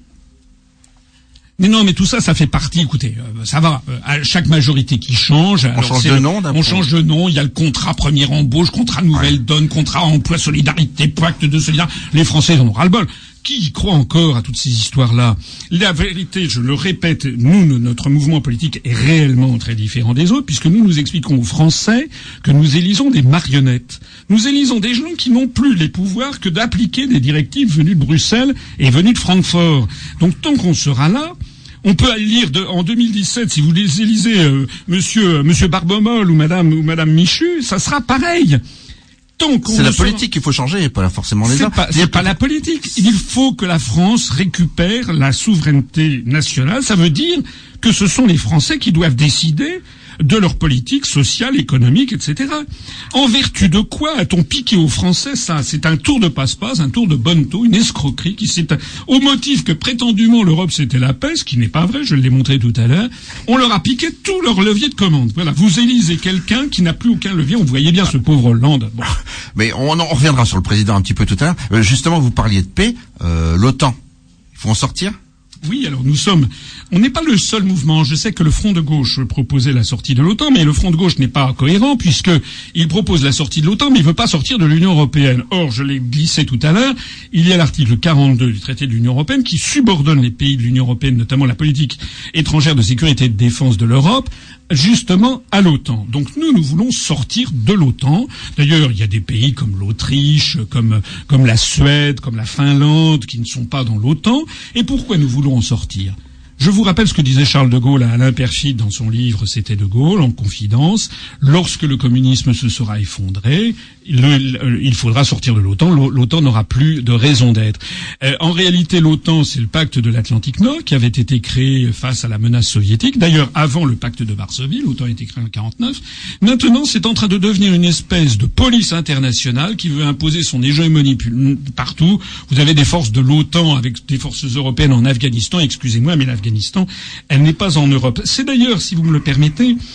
[SPEAKER 3] Mais non, mais tout ça, ça fait partie. Écoutez, euh, ça va. Euh, à chaque majorité qui change,
[SPEAKER 2] on
[SPEAKER 3] alors
[SPEAKER 2] change
[SPEAKER 3] c'est
[SPEAKER 2] de
[SPEAKER 3] le,
[SPEAKER 2] nom.
[SPEAKER 3] On change de nom. Il y a le contrat première embauche, contrat nouvelle ouais. donne, contrat emploi solidarité, pacte de solidarité. Les Français en ont ras-le-bol. Qui y croit encore à toutes ces histoires-là? La vérité, je le répète, nous, notre mouvement politique est réellement très différent des autres, puisque nous nous expliquons aux Français que nous élisons des marionnettes. Nous élisons des gens qui n'ont plus les pouvoirs que d'appliquer des directives venues de Bruxelles et venues de Francfort. Donc tant qu'on sera là, on peut lire de, en deux mille dix-sept, si vous les élisez euh, monsieur, euh, monsieur Barbomol ou madame, ou madame Michu, ça sera pareil.
[SPEAKER 2] C'est la politique qu'il faut changer, et pas forcément les uns.
[SPEAKER 3] C'est pas, pas la politique. Il faut que la France récupère la souveraineté nationale. Ça veut dire que ce sont les Français qui doivent décider de leur politique sociale, économique, et cetera. En vertu de quoi a-t-on piqué aux Français ça? C'est un tour de passe-passe, un tour de bonneteau, une escroquerie qui s'est, au motif que prétendument l'Europe c'était la paix, ce qui n'est pas vrai, je l'ai montré tout à l'heure. On leur a piqué tout leur levier de commande. Voilà, vous élisez quelqu'un qui n'a plus aucun levier. On voyait bien ce pauvre Hollande. Bon.
[SPEAKER 2] Mais on en reviendra sur le président un petit peu tout à l'heure. Euh, justement, vous parliez de paix, euh, l'OTAN. Il faut en sortir?
[SPEAKER 3] Oui, alors nous sommes, on n'est pas le seul mouvement. Je sais que le Front de gauche proposait la sortie de l'OTAN, mais le Front de gauche n'est pas cohérent puisque il propose la sortie de l'OTAN, mais il veut pas sortir de l'Union européenne. Or, je l'ai glissé tout à l'heure, il y a l'article quarante-deux du traité de l'Union européenne qui subordonne les pays de l'Union européenne, notamment la politique étrangère de sécurité et de défense de l'Europe, justement à l'OTAN. Donc nous, nous voulons sortir de l'OTAN. D'ailleurs, il y a des pays comme l'Autriche, comme comme la Suède, comme la Finlande, qui ne sont pas dans l'OTAN. Et pourquoi nous voulons en sortir? Je vous rappelle ce que disait Charles de Gaulle à Alain Perfit dans son livre « C'était de Gaulle » en confidence. Lorsque le communisme se sera effondré, le, le, il faudra sortir de l'OTAN. L'OTAN n'aura plus de raison d'être. Euh, en réalité, l'OTAN, c'est le pacte de l'Atlantique Nord qui avait été créé face à la menace soviétique. D'ailleurs, avant le pacte de Varsovie, l'OTAN a été créé en quarante-neuf. Maintenant, c'est en train de devenir une espèce de police internationale qui veut imposer son hégémonie partout. Vous avez des forces de l'OTAN avec des forces européennes en Afghanistan. Excusez-moi, mais l'Afghanistan, elle n'est pas en Europe. C'est d'ailleurs, si vous me le permettez,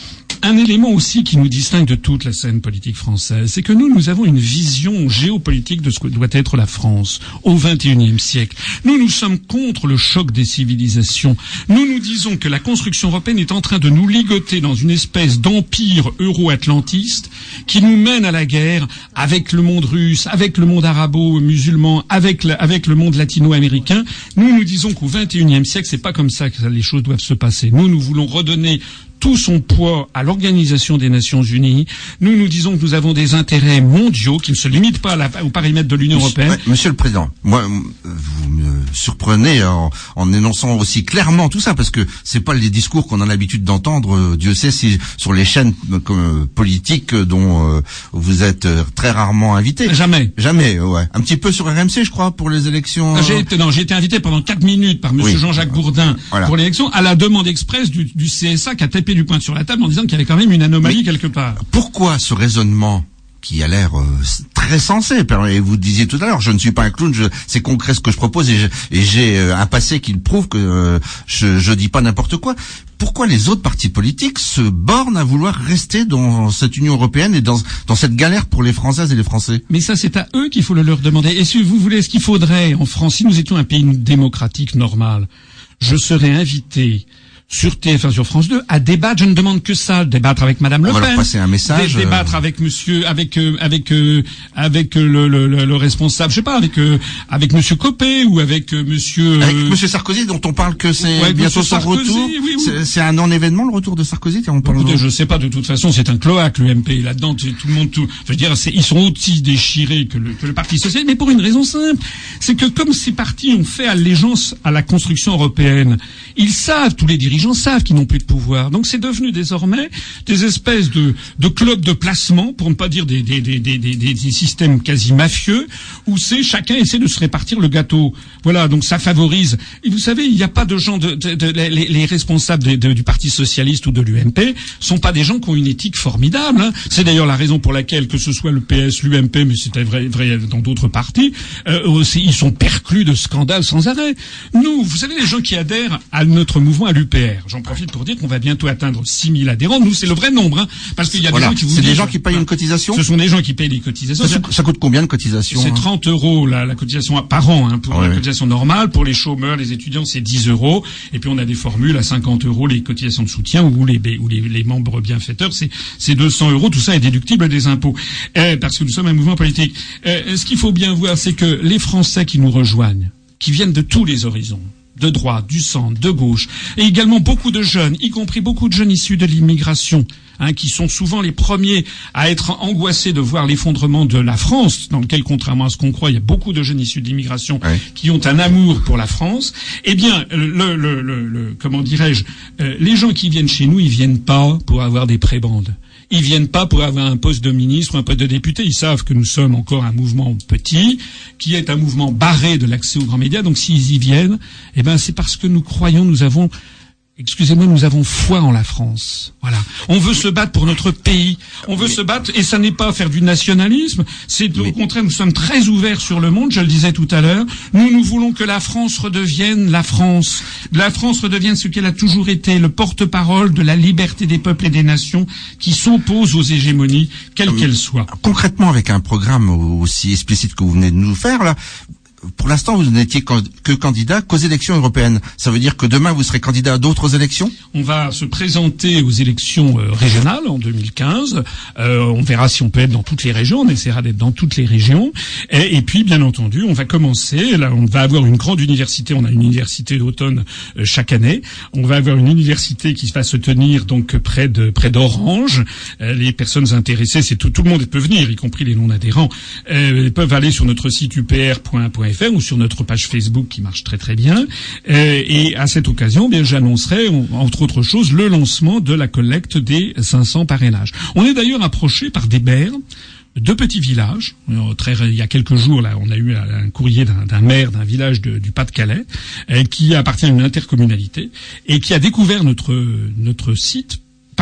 [SPEAKER 3] un élément aussi qui nous distingue de toute la scène politique française, c'est que nous, nous avons une vision géopolitique de ce que doit être la France au vingt et unième siècle. Nous, nous sommes contre le choc des civilisations. Nous, nous disons que la construction européenne est en train de nous ligoter dans une espèce d'empire euro-atlantiste qui nous mène à la guerre avec le monde russe, avec le monde arabo-musulman, avec le, avec le monde latino-américain. Nous, nous disons qu'au vingt et unième siècle, c'est pas comme ça que les choses doivent se passer. Nous, nous voulons redonner tout son poids à l'Organisation des Nations Unies. Nous, nous disons que nous avons des intérêts mondiaux qui ne se limitent pas à la, au paramètre de l'Union européenne.
[SPEAKER 2] Ouais, Monsieur le Président, moi, vous me surprenez en, en énonçant aussi clairement tout ça, parce que c'est pas les discours qu'on a l'habitude d'entendre, Dieu sait si sur les chaînes comme, politiques dont euh, vous êtes très rarement invité.
[SPEAKER 3] Jamais.
[SPEAKER 2] Jamais, ouais. Un petit peu sur R M C, je crois, pour les élections.
[SPEAKER 3] J'ai été, non, j'ai été invité pendant quatre minutes par Monsieur oui. Jean-Jacques Bourdin voilà. pour l'élection, à la demande expresse du, du C S A qui a tapé du poing sur la table en disant qu'il y avait quand même une anomalie mais quelque part.
[SPEAKER 2] Pourquoi ce raisonnement qui a l'air euh, très sensé? Et vous disiez tout à l'heure, je ne suis pas un clown, je, c'est concret ce que je propose et, je, et j'ai euh, un passé qui le prouve que euh, je, je dis pas n'importe quoi. Pourquoi les autres partis politiques se bornent à vouloir rester dans cette Union européenne et dans, dans cette galère pour les Françaises et les Français?
[SPEAKER 3] Mais ça, c'est à eux qu'il faut le leur demander. Et si vous voulez, ce qu'il faudrait en France, si nous étions un pays démocratique normal, je serais invité sur T F un, sur France deux, à débattre. Je ne demande que ça, débattre avec Madame Le Pen.
[SPEAKER 2] On va leur passer un message.
[SPEAKER 3] Débattre avec Monsieur, avec euh, avec euh, avec euh, le, le, le responsable, je sais pas, avec euh, avec Monsieur Copé ou avec euh, Monsieur.
[SPEAKER 2] Euh, avec Monsieur Sarkozy, dont on parle que c'est ouais, bientôt son Sarkozy, retour. Oui, oui. C'est, c'est un non-événement le retour de Sarkozy. On parle
[SPEAKER 3] Écoutez, je sais pas. De toute façon, c'est un cloaque l'U M P là-dedans. Tout le monde, tout. Je veux dire, c'est, ils sont aussi déchirés que le, que le Parti socialiste, mais pour une raison simple, c'est que comme ces partis ont fait allégeance à la construction européenne, ils savent, tous les dirigeants savent qu'ils n'ont plus de pouvoir. Donc c'est devenu désormais des espèces de, de clubs de placement, pour ne pas dire des, des, des, des, des, des systèmes quasi mafieux, où c'est chacun essaie de se répartir le gâteau. Voilà, donc ça favorise. Et vous savez, il n'y a pas de gens, de, de, de, de les, les responsables de, de, du Parti socialiste ou de l'U M P sont pas des gens qui ont une éthique formidable. Hein. C'est d'ailleurs la raison pour laquelle, que ce soit le P S, l'U M P, mais c'était vrai, vrai dans d'autres partis, euh, aussi, ils sont perclus de scandales sans arrêt. Nous, vous savez, les gens qui adhèrent à notre mouvement, à l'U P R, j'en profite pour dire qu'on va bientôt atteindre six mille adhérents. Nous, c'est le vrai nombre, hein, parce qu'il y a
[SPEAKER 2] voilà.
[SPEAKER 3] des gens qui vous
[SPEAKER 2] c'est
[SPEAKER 3] disent,
[SPEAKER 2] des gens qui payent une cotisation.
[SPEAKER 3] Ce sont des gens qui payent des cotisations.
[SPEAKER 2] Ça, ça coûte combien de cotisation?
[SPEAKER 3] C'est trente euros la, la cotisation par an, hein, pour ah, la oui. cotisation normale. Pour les chômeurs, les étudiants, c'est dix euros. Et puis on a des formules à cinquante euros les cotisations de soutien ou les ou les, les membres bienfaiteurs, c'est c'est deux cents euros. Tout ça est déductible des impôts, euh, parce que nous sommes un mouvement politique. Euh, ce qu'il faut bien voir, c'est que les Français qui nous rejoignent, qui viennent de tous les horizons, de droite, du centre, de gauche, et également beaucoup de jeunes, y compris beaucoup de jeunes issus de l'immigration, hein, qui sont souvent les premiers à être angoissés de voir l'effondrement de la France, dans lequel, contrairement à ce qu'on croit, il y a beaucoup de jeunes issus de l'immigration ouais. qui ont un amour pour la France. Eh bien, le, le, le, le comment dirais-je, euh, les gens qui viennent chez nous, ils viennent pas pour avoir des prébendes. Ils viennent pas pour avoir un poste de ministre ou un poste de député. Ils savent que nous sommes encore un mouvement petit, qui est un mouvement barré de l'accès aux grands médias. Donc s'ils y viennent, eh ben c'est parce que nous croyons, nous avons, excusez-moi, nous avons foi en la France. Voilà. On veut se battre pour notre pays. On veut mais, se battre, et ça n'est pas faire du nationalisme. C'est mais, au contraire, nous sommes très ouverts sur le monde. Je le disais tout à l'heure. Nous, nous voulons que la France redevienne la France. La France redevienne ce qu'elle a toujours été, le porte-parole de la liberté des peuples et des nations qui s'opposent aux hégémonies, quelles qu'elles soient.
[SPEAKER 2] Concrètement, avec un programme aussi explicite que vous venez de nous faire, là, pour l'instant, vous n'étiez que candidat qu'aux élections européennes. Ça veut dire que demain, vous serez candidat à d'autres élections?
[SPEAKER 3] On va se présenter aux élections euh, régionales en deux mille quinze. Euh, on verra si on peut être dans toutes les régions. On essaiera d'être dans toutes les régions. Et, et puis, bien entendu, on va commencer. Là, on va avoir une grande université. On a une université d'automne euh, chaque année. On va avoir une université qui va se tenir donc près de près d'Orange. Euh, les personnes intéressées, c'est tout, tout le monde peut venir, y compris les non-adhérents. Euh, ils peuvent aller sur notre site u p r point f r ou sur notre page Facebook qui marche très très bien. Euh, et à cette occasion, bien, j'annoncerai, entre autres choses, le lancement de la collecte des cinq cents parrainages. On est d'ailleurs approché par des maires de petits villages. Très, il y a quelques jours, là, on a eu un courrier d'un, d'un maire d'un village de, du Pas-de-Calais euh, qui appartient à une intercommunalité et qui a découvert notre notre site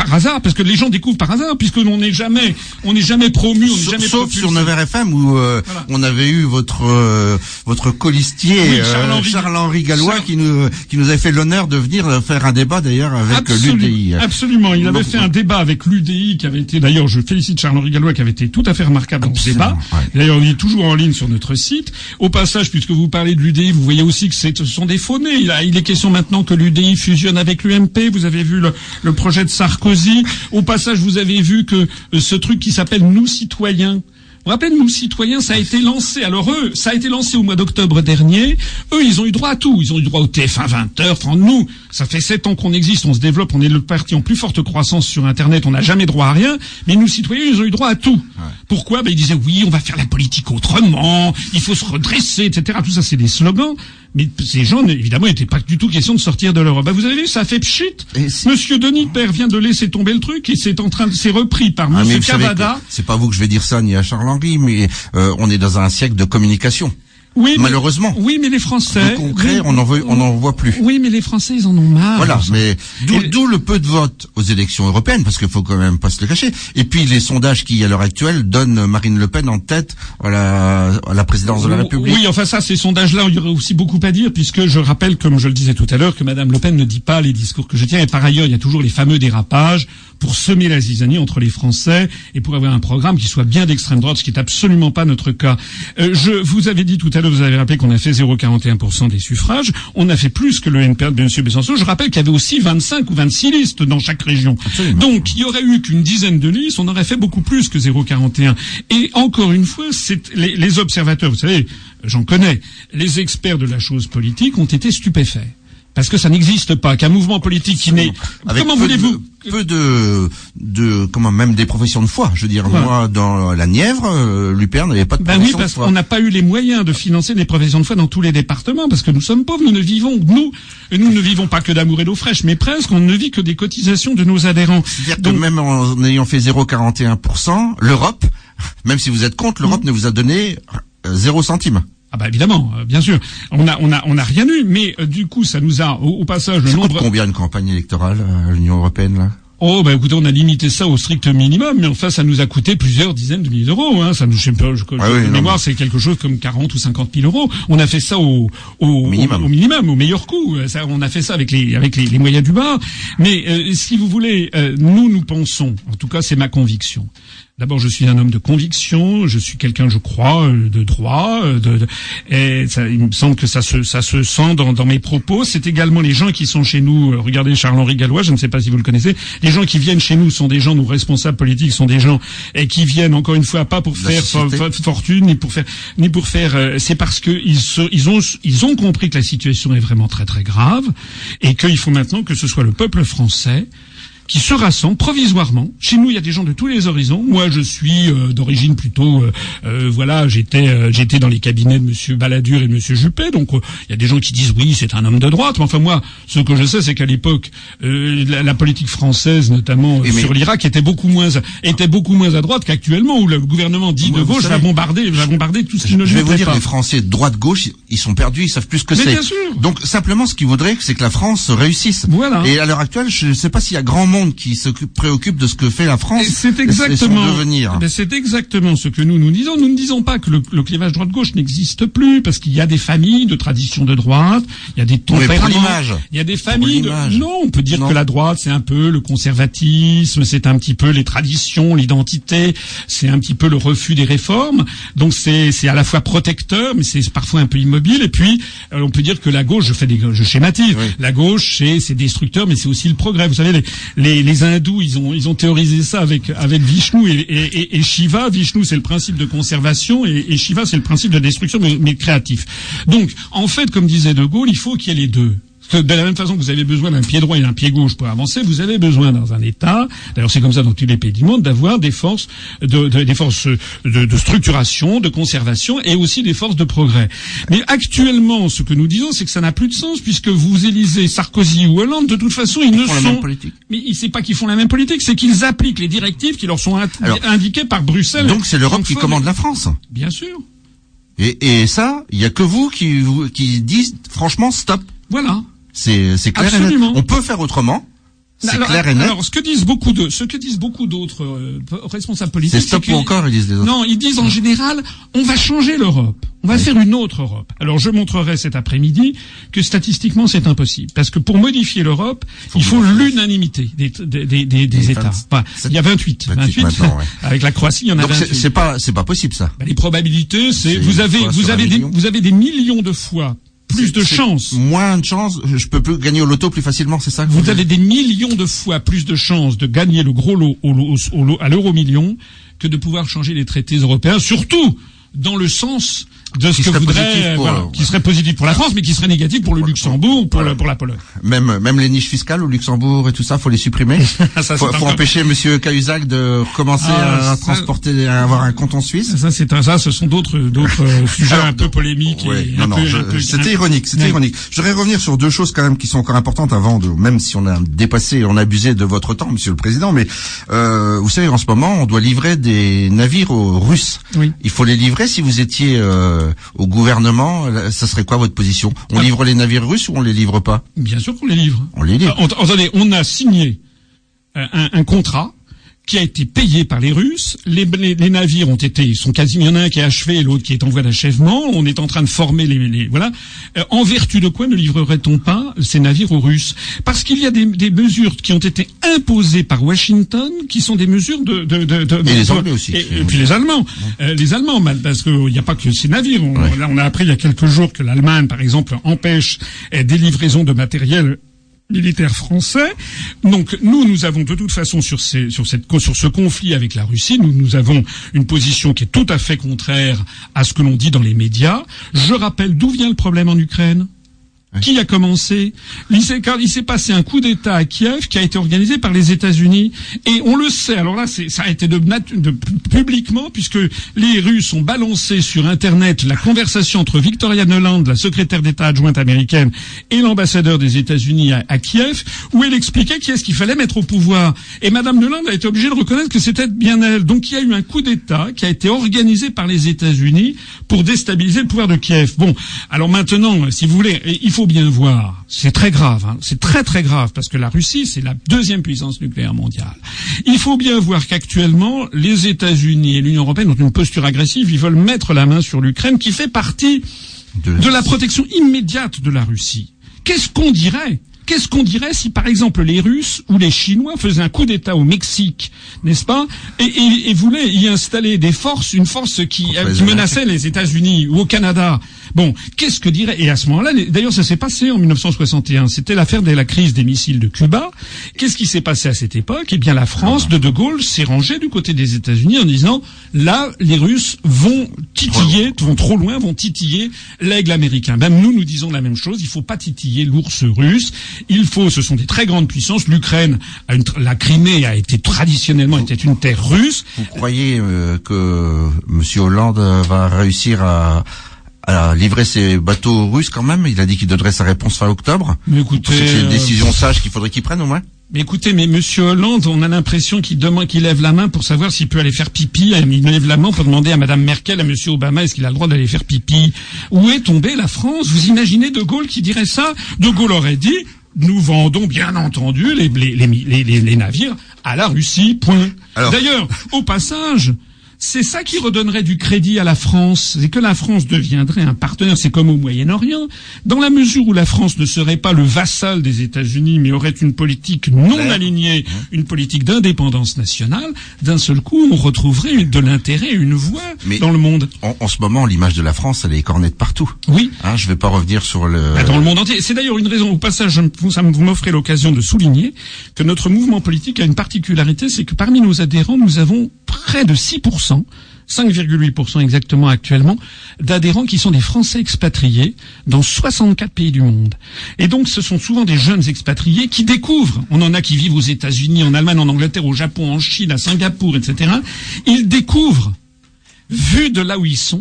[SPEAKER 3] par hasard, parce que les gens découvrent par hasard, puisque l'on n'est jamais, on n'est jamais promu, on n'est jamais
[SPEAKER 2] Sauf
[SPEAKER 3] propulsé.
[SPEAKER 2] sur Nevers F M où euh, voilà. on avait eu votre euh, votre colistier oui, Charles-Henri euh, Charles Gallois Charles... qui nous qui nous avait fait l'honneur de venir faire un débat d'ailleurs avec Absolument. l'U D I.
[SPEAKER 3] Absolument, il avait fait un débat avec l'U D I qui avait été, d'ailleurs, je félicite Charles-Henri Gallois qui avait été tout à fait remarquable dans ce débat. Ouais. D'ailleurs, il est toujours en ligne sur notre site. Au passage, puisque vous parlez de l'U D I, vous voyez aussi que c'est, ce sont des faux nés. Il, a, il est question maintenant que l'U D I fusionne avec l'U M P. Vous avez vu le, le projet de Sarkozy. Au passage, vous avez vu que euh, ce truc qui s'appelle Nous Citoyens, vous vous rappelez, nous, citoyens, ça a été lancé. Alors eux, ça a été lancé au mois d'octobre dernier. Eux, ils ont eu droit à tout. Ils ont eu droit au T F un vingt heures. Enfin, nous, ça fait sept ans qu'on existe, on se développe, on est le parti en plus forte croissance sur Internet, on n'a jamais droit à rien. Mais nous, citoyens, ils ont eu droit à tout. Ouais. Pourquoi? Ben, ils disaient, oui, on va faire la politique autrement, il faut se redresser, et cetera. Tout ça, c'est des slogans. Mais ces gens, évidemment, il n'était pas du tout question de sortir de l'Europe. Ben, vous avez vu, ça a fait pchit. Si... Monsieur Denis Père vient de laisser tomber le truc et c'est en train de, c'est repris par ah, Monsieur Cavada.
[SPEAKER 2] C'est pas vous que je vais dire ça, ni à Charles-Henri, mais euh, on est dans un siècle de communication.
[SPEAKER 3] Oui,
[SPEAKER 2] malheureusement.
[SPEAKER 3] Mais, oui, mais les Français.
[SPEAKER 2] Le concret, oui, on en veut, on en voit plus.
[SPEAKER 3] Oui, mais les Français, ils en ont marre.
[SPEAKER 2] Voilà, mais d'où, et... d'où le peu de vote aux élections européennes, parce qu'il faut quand même pas se le cacher. Et puis les sondages qui, à l'heure actuelle, donnent Marine Le Pen en tête à la, à la présidence de la République.
[SPEAKER 3] Oui, enfin ça, ces sondages-là, il y aurait aussi beaucoup à dire, puisque je rappelle, comme je le disais tout à l'heure, que Madame Le Pen ne dit pas les discours que je tiens. Et par ailleurs, il y a toujours les fameux dérapages pour semer la zizanie entre les Français et pour avoir un programme qui soit bien d'extrême droite, ce qui est absolument pas notre cas. Euh, je vous avais dit tout à l'heure, vous avez rappelé qu'on a fait zéro virgule quarante et un pour cent des suffrages. On a fait plus que le N P A de M. Besançon. Je rappelle qu'il y avait aussi vingt-cinq ou vingt-six listes dans chaque région. Absolument. Donc, il y aurait eu qu'une dizaine de listes, on aurait fait beaucoup plus que zéro virgule quarante et un. Et encore une fois, c'est les, les observateurs, vous savez, j'en connais, les experts de la chose politique ont été stupéfaits. Parce que ça n'existe pas, qu'un mouvement politique qui n'est...
[SPEAKER 2] Avec
[SPEAKER 3] comment
[SPEAKER 2] peu
[SPEAKER 3] voulez-vous
[SPEAKER 2] de, peu de, de, comment même des professions de foi. Je veux dire, ouais. moi, dans la Nièvre, euh, l'U P R n'avait pas de
[SPEAKER 3] ben
[SPEAKER 2] profession
[SPEAKER 3] oui,
[SPEAKER 2] de foi.
[SPEAKER 3] parce qu'on n'a pas eu les moyens de financer des professions de foi dans tous les départements, parce que nous sommes pauvres, nous ne vivons, nous, nous ne vivons pas que d'amour et d'eau fraîche, mais presque, on ne vit que des cotisations de nos adhérents.
[SPEAKER 2] C'est-à-dire Donc, que même en ayant fait zéro virgule quarante et un pour cent, l'Europe, même si vous êtes contre, l'Europe mmh. ne vous a donné zéro centime.
[SPEAKER 3] Ah bah évidemment, euh, bien sûr. On a on a on a rien eu, mais euh, du coup ça nous a au, au passage le
[SPEAKER 2] ça
[SPEAKER 3] nombre.
[SPEAKER 2] Coûte combien une campagne électorale à l'Union européenne là?
[SPEAKER 3] Oh bah écoutez, on a limité ça au strict minimum, mais enfin ça nous a coûté plusieurs dizaines de milliers d'euros. Hein. Ça nous, je sais pas, je, ah je, oui, de mémoire, mais... c'est quelque chose comme quarante ou cinquante mille euros. On a fait ça au au, au, minimum. au, au minimum, au meilleur coût. Ça, on a fait ça avec les avec les, les moyens du bord. Mais euh, si vous voulez, euh, nous nous pensons, en tout cas c'est ma conviction. D'abord, je suis un homme de conviction, je suis quelqu'un, je crois, de droit, de, de et ça, il me semble que ça se, ça se sent dans, dans mes propos. C'est également les gens qui sont chez nous. Regardez Charles-Henri Gallois, je ne sais pas si vous le connaissez. Les gens qui viennent chez nous sont des gens, nos responsables politiques sont des gens et qui viennent encore une fois pas pour faire for, fortune ni pour faire ni pour faire. Euh, c'est parce que ils, se, ils ont ils ont compris que la situation est vraiment très très grave et qu'il faut maintenant que ce soit le peuple français qui se rassemblent provisoirement. Chez nous, il y a des gens de tous les horizons. Moi, je suis euh, d'origine plutôt, euh, euh, voilà, j'étais, euh, j'étais dans les cabinets de Monsieur Balladur et de Monsieur Juppé. Donc, euh, il y a des gens qui disent oui, c'est un homme de droite. Mais enfin, moi, ce que je sais, c'est qu'à l'époque, euh, la, la politique française, notamment euh, sur l'Irak, était beaucoup moins, était beaucoup moins à droite qu'actuellement, où le gouvernement dit de gauche va bombarder, va bombarder tout ce qui ne lui plaît pas.
[SPEAKER 2] Je vais vous dire, les Français de droite-gauche, ils sont perdus, ils savent plus ce que
[SPEAKER 3] mais
[SPEAKER 2] c'est.
[SPEAKER 3] Bien sûr.
[SPEAKER 2] Donc, simplement, ce qu'ils voudraient, c'est que la France réussisse.
[SPEAKER 3] Voilà.
[SPEAKER 2] Et à l'heure actuelle, je ne sais pas s'il y a grand monde qui se préoccupe de ce que fait la France.
[SPEAKER 3] Et c'est exactement,
[SPEAKER 2] et son devenir.
[SPEAKER 3] Ben c'est exactement ce que nous nous disons. Nous ne disons pas que le, le clivage droite-gauche n'existe plus, parce qu'il y a des familles de tradition de droite, il y a des tempéraments, il y a des familles de... Non, on peut dire non. que la droite, c'est un peu le conservatisme, c'est un petit peu les traditions, l'identité, c'est un petit peu le refus des réformes. Donc c'est, c'est à la fois protecteur, mais c'est parfois un peu immobile. Et puis, euh, on peut dire que la gauche, je fais des, je schématise, oui. la gauche, c'est, c'est destructeur, mais c'est aussi le progrès. Vous savez, les, les, les hindous, ils ont ils ont théorisé ça avec avec Vishnu et, et, et Shiva. Vishnu, c'est le principe de conservation et, et Shiva, c'est le principe de destruction, mais, mais créatif. Donc, en fait, comme disait De Gaulle, il faut qu'il y ait les deux. Parce que de la même façon que vous avez besoin d'un pied droit et d'un pied gauche pour avancer, vous avez besoin dans un État, d'ailleurs c'est comme ça dans tous les pays du monde, d'avoir des forces de, de des forces de, de structuration, de conservation et aussi des forces de progrès. Mais actuellement, ce que nous disons, c'est que ça n'a plus de sens puisque vous élisez Sarkozy ou Hollande, de toute façon, ils, ils ne font sont. La même politique. Mais c'est pas qu'ils font la même politique, c'est qu'ils appliquent les directives qui leur sont indi- Alors, indiquées par Bruxelles.
[SPEAKER 2] Donc c'est l'Europe qui commande la France.
[SPEAKER 3] Bien sûr.
[SPEAKER 2] Et, et ça, il y a que vous qui qui dites franchement stop.
[SPEAKER 3] Voilà.
[SPEAKER 2] C'est, c'est clair.
[SPEAKER 3] Absolument.
[SPEAKER 2] On peut faire autrement. C'est
[SPEAKER 3] alors,
[SPEAKER 2] clair et net.
[SPEAKER 3] Alors, ce que disent beaucoup de, ce que disent beaucoup d'autres euh, responsables politiques,
[SPEAKER 2] c'est stop
[SPEAKER 3] c'est
[SPEAKER 2] ou encore, ils disent les autres.
[SPEAKER 3] Non, ils disent en général, on va changer l'Europe. On va oui. faire une autre Europe. Alors, je montrerai cet après-midi que statistiquement, c'est impossible. Parce que pour modifier l'Europe, faut il faut l'unanimité des, des, des, des, des États. Enfin, il y a vingt-huit. vingt-huit. vingt-huit ouais. Avec la Croatie, il y en a
[SPEAKER 2] Donc
[SPEAKER 3] vingt-huit.
[SPEAKER 2] C'est, c'est pas, c'est pas possible, ça.
[SPEAKER 3] Ben, les probabilités, c'est, vous avez, vous avez des, vous avez des millions de fois plus
[SPEAKER 2] c'est,
[SPEAKER 3] de chances.
[SPEAKER 2] Moins de chances, je peux plus gagner au loto plus facilement, c'est ça?
[SPEAKER 3] Vous avez des millions de fois plus de chances de gagner le gros lot au, au, au, à l'euro million que de pouvoir changer les traités européens, surtout dans le sens de ce
[SPEAKER 2] qui
[SPEAKER 3] que voudrait,
[SPEAKER 2] pour,
[SPEAKER 3] voilà,
[SPEAKER 2] euh,
[SPEAKER 3] qui serait positif pour la France, mais qui serait négatif pour le Luxembourg, pour, voilà. la, pour la Pologne.
[SPEAKER 2] Même, même les niches fiscales au Luxembourg et tout ça, faut les supprimer.
[SPEAKER 3] ça,
[SPEAKER 2] faut, faut empêcher Monsieur Cahuzac de commencer ah, à ça, transporter, à avoir un compte en Suisse.
[SPEAKER 3] Ça, c'est un, ça, ce sont d'autres, d'autres sujets Alors, un peu polémiques.
[SPEAKER 2] Ouais,
[SPEAKER 3] et
[SPEAKER 2] non,
[SPEAKER 3] un
[SPEAKER 2] non,
[SPEAKER 3] peu,
[SPEAKER 2] je,
[SPEAKER 3] un peu,
[SPEAKER 2] c'était
[SPEAKER 3] un,
[SPEAKER 2] ironique, c'était
[SPEAKER 3] ouais.
[SPEAKER 2] ironique. Je voudrais revenir sur deux choses quand même qui sont encore importantes avant de, même si on a dépassé, on a abusé de votre temps, Monsieur le Président, mais euh, vous savez, en ce moment, on doit livrer des navires aux Russes.
[SPEAKER 3] Oui.
[SPEAKER 2] Il faut les livrer. Si vous étiez euh, au gouvernement, ça serait quoi votre position? On ah. livre les navires russes ou on les livre pas?
[SPEAKER 3] Bien sûr qu'on les livre.
[SPEAKER 2] On les livre.
[SPEAKER 3] Euh, attendez, on a signé euh, un, un contrat qui a été payé par les Russes. Les, les, les navires ont été, ils sont quasiment, il y en a un qui est achevé et l'autre qui est en voie d'achèvement. On est en train de former les, les voilà. Euh, en vertu de quoi ne livrerait-on pas ces navires aux Russes? Parce qu'il y a des, des mesures qui ont été imposées par Washington, qui sont des mesures de, de, de, de
[SPEAKER 2] et de, les Anglais aussi.
[SPEAKER 3] Et, et puis les Allemands, ouais. euh, les Allemands, parce qu'il n'y a pas que ces navires. On, ouais. Là, on a appris il y a quelques jours que l'Allemagne, par exemple, empêche euh, des livraisons de matériel militaire français. Donc nous, nous avons de toute façon sur, ces, sur, cette, sur ce conflit avec la Russie, nous, nous avons une position qui est tout à fait contraire à ce que l'on dit dans les médias. Je rappelle d'où vient le problème en Ukraine. Oui. Qui a commencé? Il s'est, il s'est passé un coup d'État à Kiev qui a été organisé par les États-Unis. Et on le sait, alors là, c'est, ça a été de, de, publiquement, puisque les Russes ont balancé sur Internet la conversation entre Victoria Nuland, la secrétaire d'État adjointe américaine, et l'ambassadeur des États-Unis à, à Kiev, où elle expliquait qui est-ce qu'il fallait mettre au pouvoir. Et Madame Nuland a été obligée de reconnaître que c'était bien elle. Donc il y a eu un coup d'État qui a été organisé par les États-Unis pour déstabiliser le pouvoir de Kiev. Bon, alors maintenant, si vous voulez, il faut bien voir, c'est très grave, hein, c'est très très grave, parce que la Russie, c'est la deuxième puissance nucléaire mondiale. Il faut bien voir qu'actuellement, les États-Unis et l'Union européenne ont une posture agressive, ils veulent mettre la main sur l'Ukraine, qui fait partie de, de la protection immédiate de la Russie. Qu'est-ce qu'on dirait ? Qu'est-ce qu'on dirait si, par exemple, les Russes ou les Chinois faisaient un coup d'État au Mexique, n'est-ce pas, et, et, et voulaient y installer des forces, une force qui, euh, qui menaçait les États-Unis ou au Canada. Bon, qu'est-ce que dirait, et à ce moment-là, d'ailleurs, ça s'est passé en mille neuf cent soixante et un, c'était l'affaire de la crise des missiles de Cuba. Qu'est-ce qui s'est passé à cette époque? Eh bien, la France de De Gaulle s'est rangée du côté des États-Unis en disant, là, les Russes vont titiller, vont trop loin, vont titiller l'aigle américain. Même nous, nous disons la même chose, il faut pas titiller l'ours russe. Il faut, ce sont des très grandes puissances. L'Ukraine, a une, la Crimée a été traditionnellement était une terre russe.
[SPEAKER 2] Vous croyez euh, que Monsieur Hollande va réussir à, à livrer ses bateaux russes quand même? Il a dit qu'il donnerait sa réponse fin octobre.
[SPEAKER 3] Mais écoutez,
[SPEAKER 2] c'est une décision sage qu'il faudrait qu'il prenne au moins.
[SPEAKER 3] Mais écoutez, mais Monsieur Hollande, on a l'impression qu'il demande, qu'il lève la main pour savoir s'il peut aller faire pipi. Il lève la main pour demander à Madame Merkel, à Monsieur Obama, est-ce qu'il a le droit d'aller faire pipi? Où est tombée la France? Vous imaginez De Gaulle qui dirait ça? De Gaulle aurait dit, nous vendons bien entendu les, les, les, les, les, les navires à la Russie, point. Alors... D'ailleurs, au passage, c'est ça qui redonnerait du crédit à la France, c'est que la France deviendrait un partenaire, c'est comme au Moyen-Orient, dans la mesure où la France ne serait pas le vassal des États-Unis, mais aurait une politique non alignée, une politique d'indépendance nationale, d'un seul coup, on retrouverait de l'intérêt, une voix mais dans le monde.
[SPEAKER 2] En, en ce moment, l'image de la France, elle est cornette partout.
[SPEAKER 3] Oui.
[SPEAKER 2] Hein, je vais pas revenir sur le...
[SPEAKER 3] Dans le monde entier. C'est d'ailleurs une raison, au passage, ça vous m'offrez l'occasion de souligner que notre mouvement politique a une particularité, c'est que parmi nos adhérents, nous avons près de six pour cent, cinq virgule huit pour cent exactement actuellement, d'adhérents qui sont des Français expatriés dans soixante-quatre pays du monde. Et donc ce sont souvent des jeunes expatriés qui découvrent, on en a qui vivent aux États-Unis, en Allemagne, en Angleterre, au Japon, en Chine, à Singapour, et cetera. Ils découvrent, vu de là où ils sont,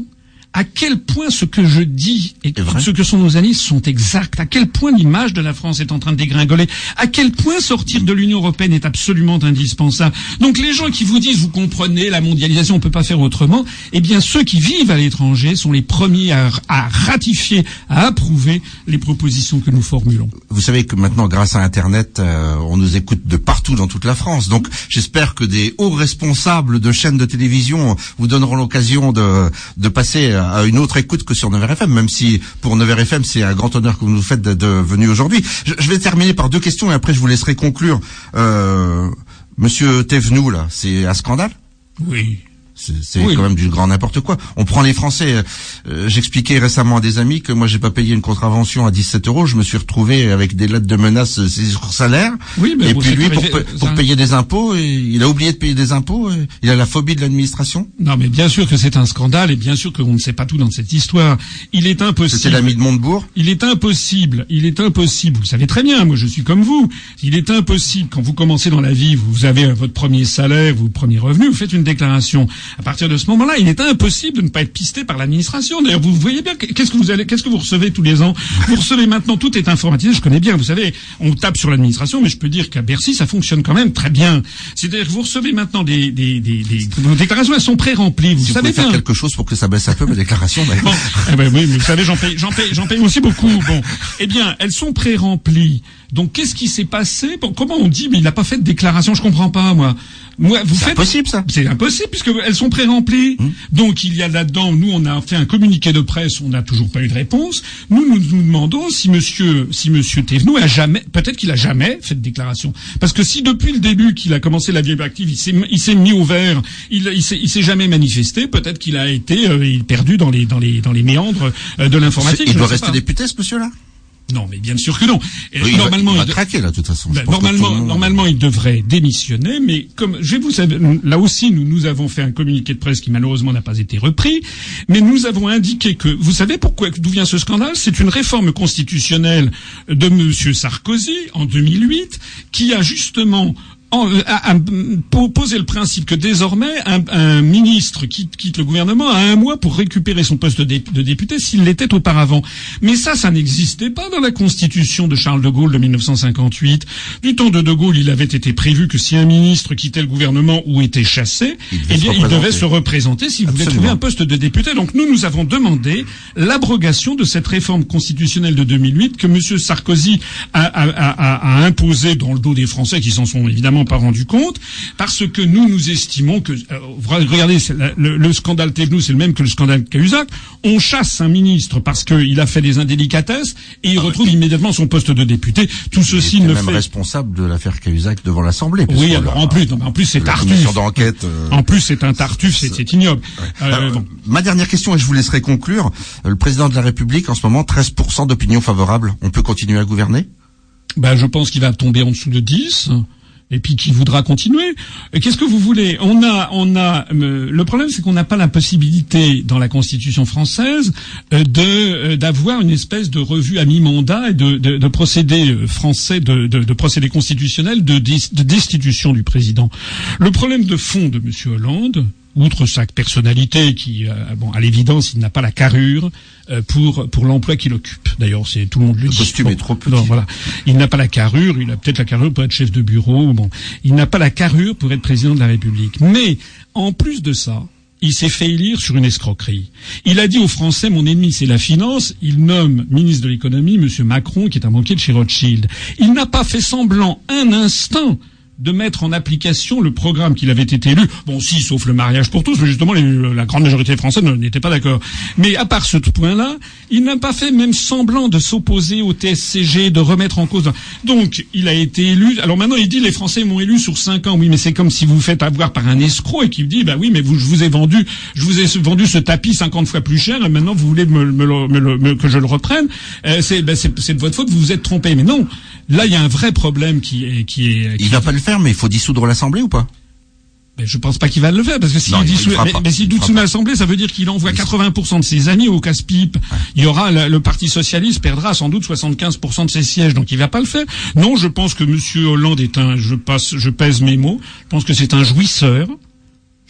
[SPEAKER 3] à quel point ce que je dis et
[SPEAKER 2] vrai.
[SPEAKER 3] ce que sont nos analyses sont exacts, à quel point l'image de la France est en train de dégringoler, à quel point sortir de l'Union européenne est absolument indispensable. Donc les gens qui vous disent, vous comprenez, la mondialisation, on peut pas faire autrement, eh bien ceux qui vivent à l'étranger sont les premiers à, à ratifier, à approuver les propositions que nous formulons.
[SPEAKER 2] Vous savez que maintenant, grâce à Internet, euh, on nous écoute de partout dans toute la France. Donc j'espère que des hauts responsables de chaînes de télévision vous donneront l'occasion de, de passer à une autre écoute que sur neuf heures F M, même si pour neuf heures F M, c'est un grand honneur que vous nous faites d'être venu aujourd'hui. Je, je vais terminer par deux questions et après je vous laisserai conclure. Euh, Monsieur Thévenoud, là, c'est un scandale ?
[SPEAKER 3] Oui.
[SPEAKER 2] C'est, c'est
[SPEAKER 3] oui.
[SPEAKER 2] quand même du grand n'importe quoi. On prend les Français. Euh, j'expliquais récemment à des amis que moi j'ai pas payé une contravention à dix-sept euros. Je me suis retrouvé avec des lettres de menaces sur salaire.
[SPEAKER 3] Oui, mais
[SPEAKER 2] et
[SPEAKER 3] bon,
[SPEAKER 2] puis lui,
[SPEAKER 3] arrivé,
[SPEAKER 2] pour, pour payer des impôts, il a oublié de payer des impôts. Il a la phobie de l'administration.
[SPEAKER 3] Non, mais bien sûr que c'est un scandale et bien sûr qu'on ne sait pas tout dans cette histoire. Il est impossible.
[SPEAKER 2] C'était l'ami de Montebourg.
[SPEAKER 3] Il est impossible. Il est impossible. Vous savez très bien. Moi, je suis comme vous. Il est impossible quand vous commencez dans la vie, vous avez votre premier salaire, votre premier revenu, vous faites une déclaration. À partir de ce moment-là, il est impossible de ne pas être pisté par l'administration. D'ailleurs, vous voyez bien qu'est-ce que vous allez, qu'est-ce que vous recevez tous les ans. Vous recevez maintenant, tout est informatisé. Je connais bien. Vous savez, on tape sur l'administration, mais je peux dire qu'à Bercy, ça fonctionne quand même très bien. C'est-à-dire que vous recevez maintenant des, des, des, des vos déclarations, elles sont pré-remplies. Vous
[SPEAKER 2] si
[SPEAKER 3] savez
[SPEAKER 2] vous pouvez
[SPEAKER 3] bien.
[SPEAKER 2] faire quelque chose pour que ça baisse un peu mes déclarations. Mais...
[SPEAKER 3] Bon, eh ben oui, mais vous savez, j'en paye, j'en paye, j'en paye aussi beaucoup. Bon, eh bien, elles sont pré-remplies. Donc, qu'est-ce qui s'est passé? Bon, comment on dit, mais il n'a pas fait de déclaration? Je comprends pas, moi. Moi, vous
[SPEAKER 2] c'est
[SPEAKER 3] faites...
[SPEAKER 2] impossible, ça.
[SPEAKER 3] C'est impossible, puisque elles sont pré-remplies. Mmh. Donc, il y a là-dedans, nous, on a fait un communiqué de presse, on n'a toujours pas eu de réponse. Nous, nous nous demandons si monsieur, si monsieur Thévenoud a jamais, peut-être qu'il a jamais fait de déclaration. Parce que si depuis le début qu'il a commencé la vie active, il s'est, il s'est mis au vert, il, il s'est, il s'est jamais manifesté, peut-être qu'il a été, euh, perdu dans les, dans les, dans les méandres euh, de l'informatique.
[SPEAKER 2] Il doit rester pas. député, ce monsieur-là?
[SPEAKER 3] Non, mais bien sûr que non. Et
[SPEAKER 2] oui,
[SPEAKER 3] normalement,
[SPEAKER 2] il va, il va
[SPEAKER 3] il
[SPEAKER 2] craquer là, de toute façon.
[SPEAKER 3] Ben, normalement, monde... normalement, il devrait démissionner, mais comme je vais vous savez, là aussi, nous nous avons fait un communiqué de presse qui malheureusement n'a pas été repris, mais nous avons indiqué que, vous savez pourquoi, d'où vient ce scandale? C'est une réforme constitutionnelle de Monsieur Sarkozy en deux mille huit qui a justement En, à, à, pour poser le principe que désormais un, un ministre quitte, quitte le gouvernement a un mois pour récupérer son poste de, dé, de député s'il l'était auparavant. Mais ça, ça n'existait pas dans la Constitution de Charles de Gaulle de mille neuf cent cinquante-huit. Du temps de De Gaulle, il avait été prévu que si un ministre quittait le gouvernement ou était chassé, eh bien, il devait se représenter s'il voulait trouver un poste de député. Donc nous, nous avons demandé l'abrogation de cette réforme constitutionnelle de deux mille huit que Monsieur Sarkozy a, a, a, a imposée dans le dos des Français qui s'en sont évidemment pas rendu compte, parce que nous, nous estimons que, euh, regardez, la, le, le scandale Thévenoud, c'est le même que le scandale Cahuzac. On chasse un ministre parce qu'il a fait des indélicatesses et il ah, retrouve okay. immédiatement son poste de député. Tout ceci
[SPEAKER 2] il
[SPEAKER 3] ne
[SPEAKER 2] même
[SPEAKER 3] fait...
[SPEAKER 2] responsable de l'affaire Cahuzac devant l'Assemblée.
[SPEAKER 3] Oui, alors en plus, non, mais en plus c'est tartuffe.
[SPEAKER 2] d'enquête. Euh...
[SPEAKER 3] En plus, c'est un tartuffe, c'est, c'est ignoble.
[SPEAKER 2] Ouais. Euh, alors, bon. Ma dernière question, et je vous laisserai conclure. Le président de la République, en ce moment, treize pour cent d'opinion favorable. On peut continuer à gouverner?
[SPEAKER 3] Ben, je pense qu'il va tomber en dessous de dix. Et puis qui voudra continuer. Qu'est-ce que vous voulez? On a, on a. Euh, le problème, c'est qu'on n'a pas la possibilité dans la Constitution française euh, de euh, d'avoir une espèce de revue à mi-mandat et de, de, de procédé français, de, de, de procédé constitutionnel de, de destitution du président. Le problème de fond de Monsieur Hollande, outre sa personnalité qui, euh, bon, à l'évidence, il n'a pas la carrure euh, pour pour l'emploi qu'il occupe. D'ailleurs, c'est tout le monde le,
[SPEAKER 2] le
[SPEAKER 3] dit.
[SPEAKER 2] Le costume
[SPEAKER 3] bon,
[SPEAKER 2] est trop petit.
[SPEAKER 3] Non, voilà, il n'a pas la carrure. Il a peut-être la carrure pour être chef de bureau. Bon, il n'a pas la carrure pour être président de la République. Mais en plus de ça, il s'est fait élire sur une escroquerie. Il a dit aux Français, mon ennemi, c'est la finance. Il nomme ministre de l'économie Monsieur Macron, qui est un banquier de chez Rothschild. Il n'a pas fait semblant un instant de mettre en application le programme qu'il avait été élu. Bon, si, sauf le mariage pour tous, mais justement, les, la grande majorité des Français n'étaient pas d'accord. Mais à part ce point-là, il n'a pas fait même semblant de s'opposer au T S C G, de remettre en cause. Donc, il a été élu. Alors maintenant, il dit, les Français m'ont élu sur cinq ans. Oui, mais c'est comme si vous vous faites avoir par un escroc et qui dit, bah oui, mais vous, je vous ai vendu, je vous ai vendu ce tapis cinquante fois plus cher et maintenant vous voulez me, me, me, me, que je le reprenne. Euh, c'est, bah, c'est, c'est de votre faute, vous vous êtes trompé. Mais non. Là, il y a un vrai problème qui est, qui est, qui
[SPEAKER 2] il va pas le faire, mais il faut dissoudre l'Assemblée ou pas?
[SPEAKER 3] Mais je pense pas qu'il va le faire, parce que s'il dissout, mais, mais s'il dissout l'Assemblée, ça veut dire qu'il envoie quatre-vingts pour cent de ses amis au casse-pipe. Ouais. Il y aura, le, le Parti Socialiste perdra sans doute soixante-quinze pour cent de ses sièges, donc il va pas le faire. Non, je pense que Monsieur Hollande est un, je passe, je pèse mes mots, je pense que c'est un jouisseur.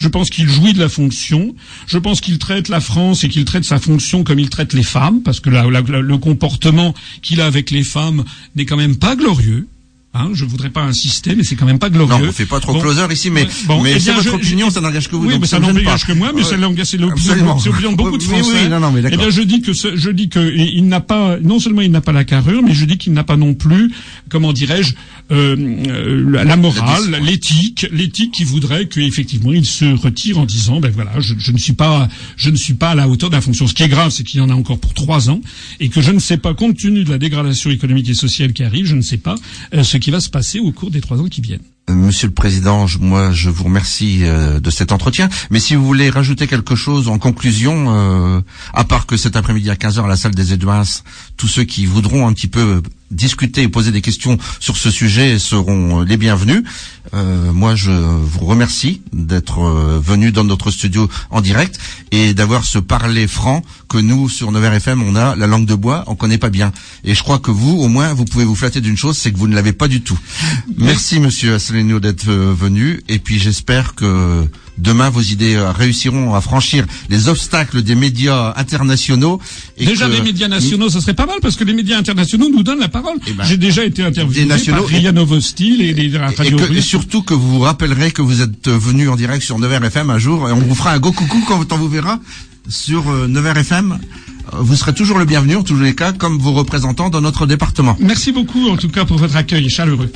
[SPEAKER 3] Je pense qu'il jouit de la fonction. Je pense qu'il traite la France et qu'il traite sa fonction comme il traite les femmes, parce que la, la, le comportement qu'il a avec les femmes n'est quand même pas glorieux. Hein, je voudrais pas insister, mais c'est quand même pas glorieux.
[SPEAKER 2] Non, on fait pas trop bon, closer ici, mais,
[SPEAKER 3] bon,
[SPEAKER 2] mais
[SPEAKER 3] eh
[SPEAKER 2] c'est
[SPEAKER 3] bien,
[SPEAKER 2] votre
[SPEAKER 3] je,
[SPEAKER 2] opinion,
[SPEAKER 3] je,
[SPEAKER 2] ça n'engage que vous.
[SPEAKER 3] Oui,
[SPEAKER 2] donc
[SPEAKER 3] mais ça n'engage que moi, mais ça l'engage, c'est l'opinion, c'est l'opinion de beaucoup de Français.
[SPEAKER 2] Oui, oui, non, non, mais d'accord.
[SPEAKER 3] Eh bien, je dis que ce, je dis que il n'a pas, non seulement il n'a pas la carrure, mais je dis qu'il n'a pas non plus, comment dirais-je, euh, euh, la morale, la l'éthique, l'éthique qui voudrait qu'effectivement il se retire en disant, ben voilà, je, je ne suis pas, je ne suis pas à la hauteur de la fonction. Ce qui est grave, c'est qu'il y en a encore pour trois ans et que je ne sais pas, compte tenu de la dégradation économique et sociale qui arrive, je ne sais pas euh, ce qui va se passer au cours des trois ans qui viennent.
[SPEAKER 2] Monsieur le Président, je, moi je vous remercie euh, de cet entretien. Mais si vous voulez rajouter quelque chose en conclusion, euh, à part que cet après-midi à quinze heures à la salle des Édouins, tous ceux qui voudront un petit peu discuter et poser des questions sur ce sujet seront les bienvenus. Euh, moi je vous remercie d'être euh, venu dans notre studio en direct et d'avoir ce parler franc que nous sur Nevers F M on a la langue de bois, on connaît pas bien. Et je crois que vous au moins vous pouvez vous flatter d'une chose, c'est que vous ne l'avez pas du tout. Merci Monsieur Asselineau d'être euh, venu et puis j'espère que demain, vos idées euh, réussiront à franchir les obstacles des médias internationaux. Et
[SPEAKER 3] déjà,
[SPEAKER 2] que...
[SPEAKER 3] les médias nationaux, ça serait pas mal, parce que les médias internationaux nous donnent la parole. Eh ben, j'ai déjà été interviewé par Ria Novosti et les radios russes.
[SPEAKER 2] Et surtout que vous vous rappellerez que vous êtes venu en direct sur Nevers F M un jour, et on vous fera un go coucou quand on vous verra sur euh, Nevers F M. Vous serez toujours le bienvenu, en tous les cas, comme vos représentants dans notre département.
[SPEAKER 3] Merci beaucoup, en tout cas, pour votre accueil chaleureux.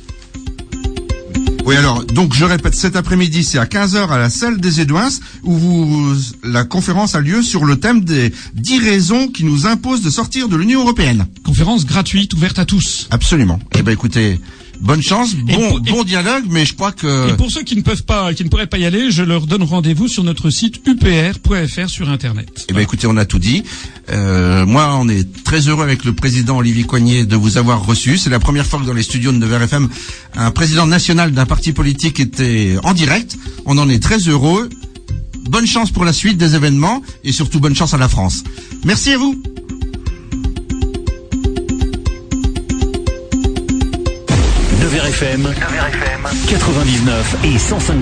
[SPEAKER 2] Oui, alors, donc, je répète, cet après-midi, c'est à quinze heures à la salle des Édouins, où vous, la conférence a lieu sur le thème des dix raisons qui nous imposent de sortir de l'Union européenne.
[SPEAKER 3] Conférence gratuite, ouverte à tous.
[SPEAKER 2] Absolument. Eh ben, écoutez, bonne chance, bon,
[SPEAKER 3] pour,
[SPEAKER 2] bon dialogue, mais je crois que...
[SPEAKER 3] Et pour ceux qui ne peuvent pas, qui ne pourraient pas y aller, je leur donne rendez-vous sur notre site u p r point f r sur Internet.
[SPEAKER 2] Eh ben, écoutez, on a tout dit. Euh, moi, on est très heureux avec le président Olivier Coignet de vous avoir reçu. C'est la première fois que dans les studios de Nevers F M, un président national d'un parti politique était en direct. On en est très heureux. Bonne chance pour la suite des événements et surtout bonne chance à la France. Merci à vous.
[SPEAKER 4] Nevers F M, quatre-vingt-dix-neuf et cent cinq.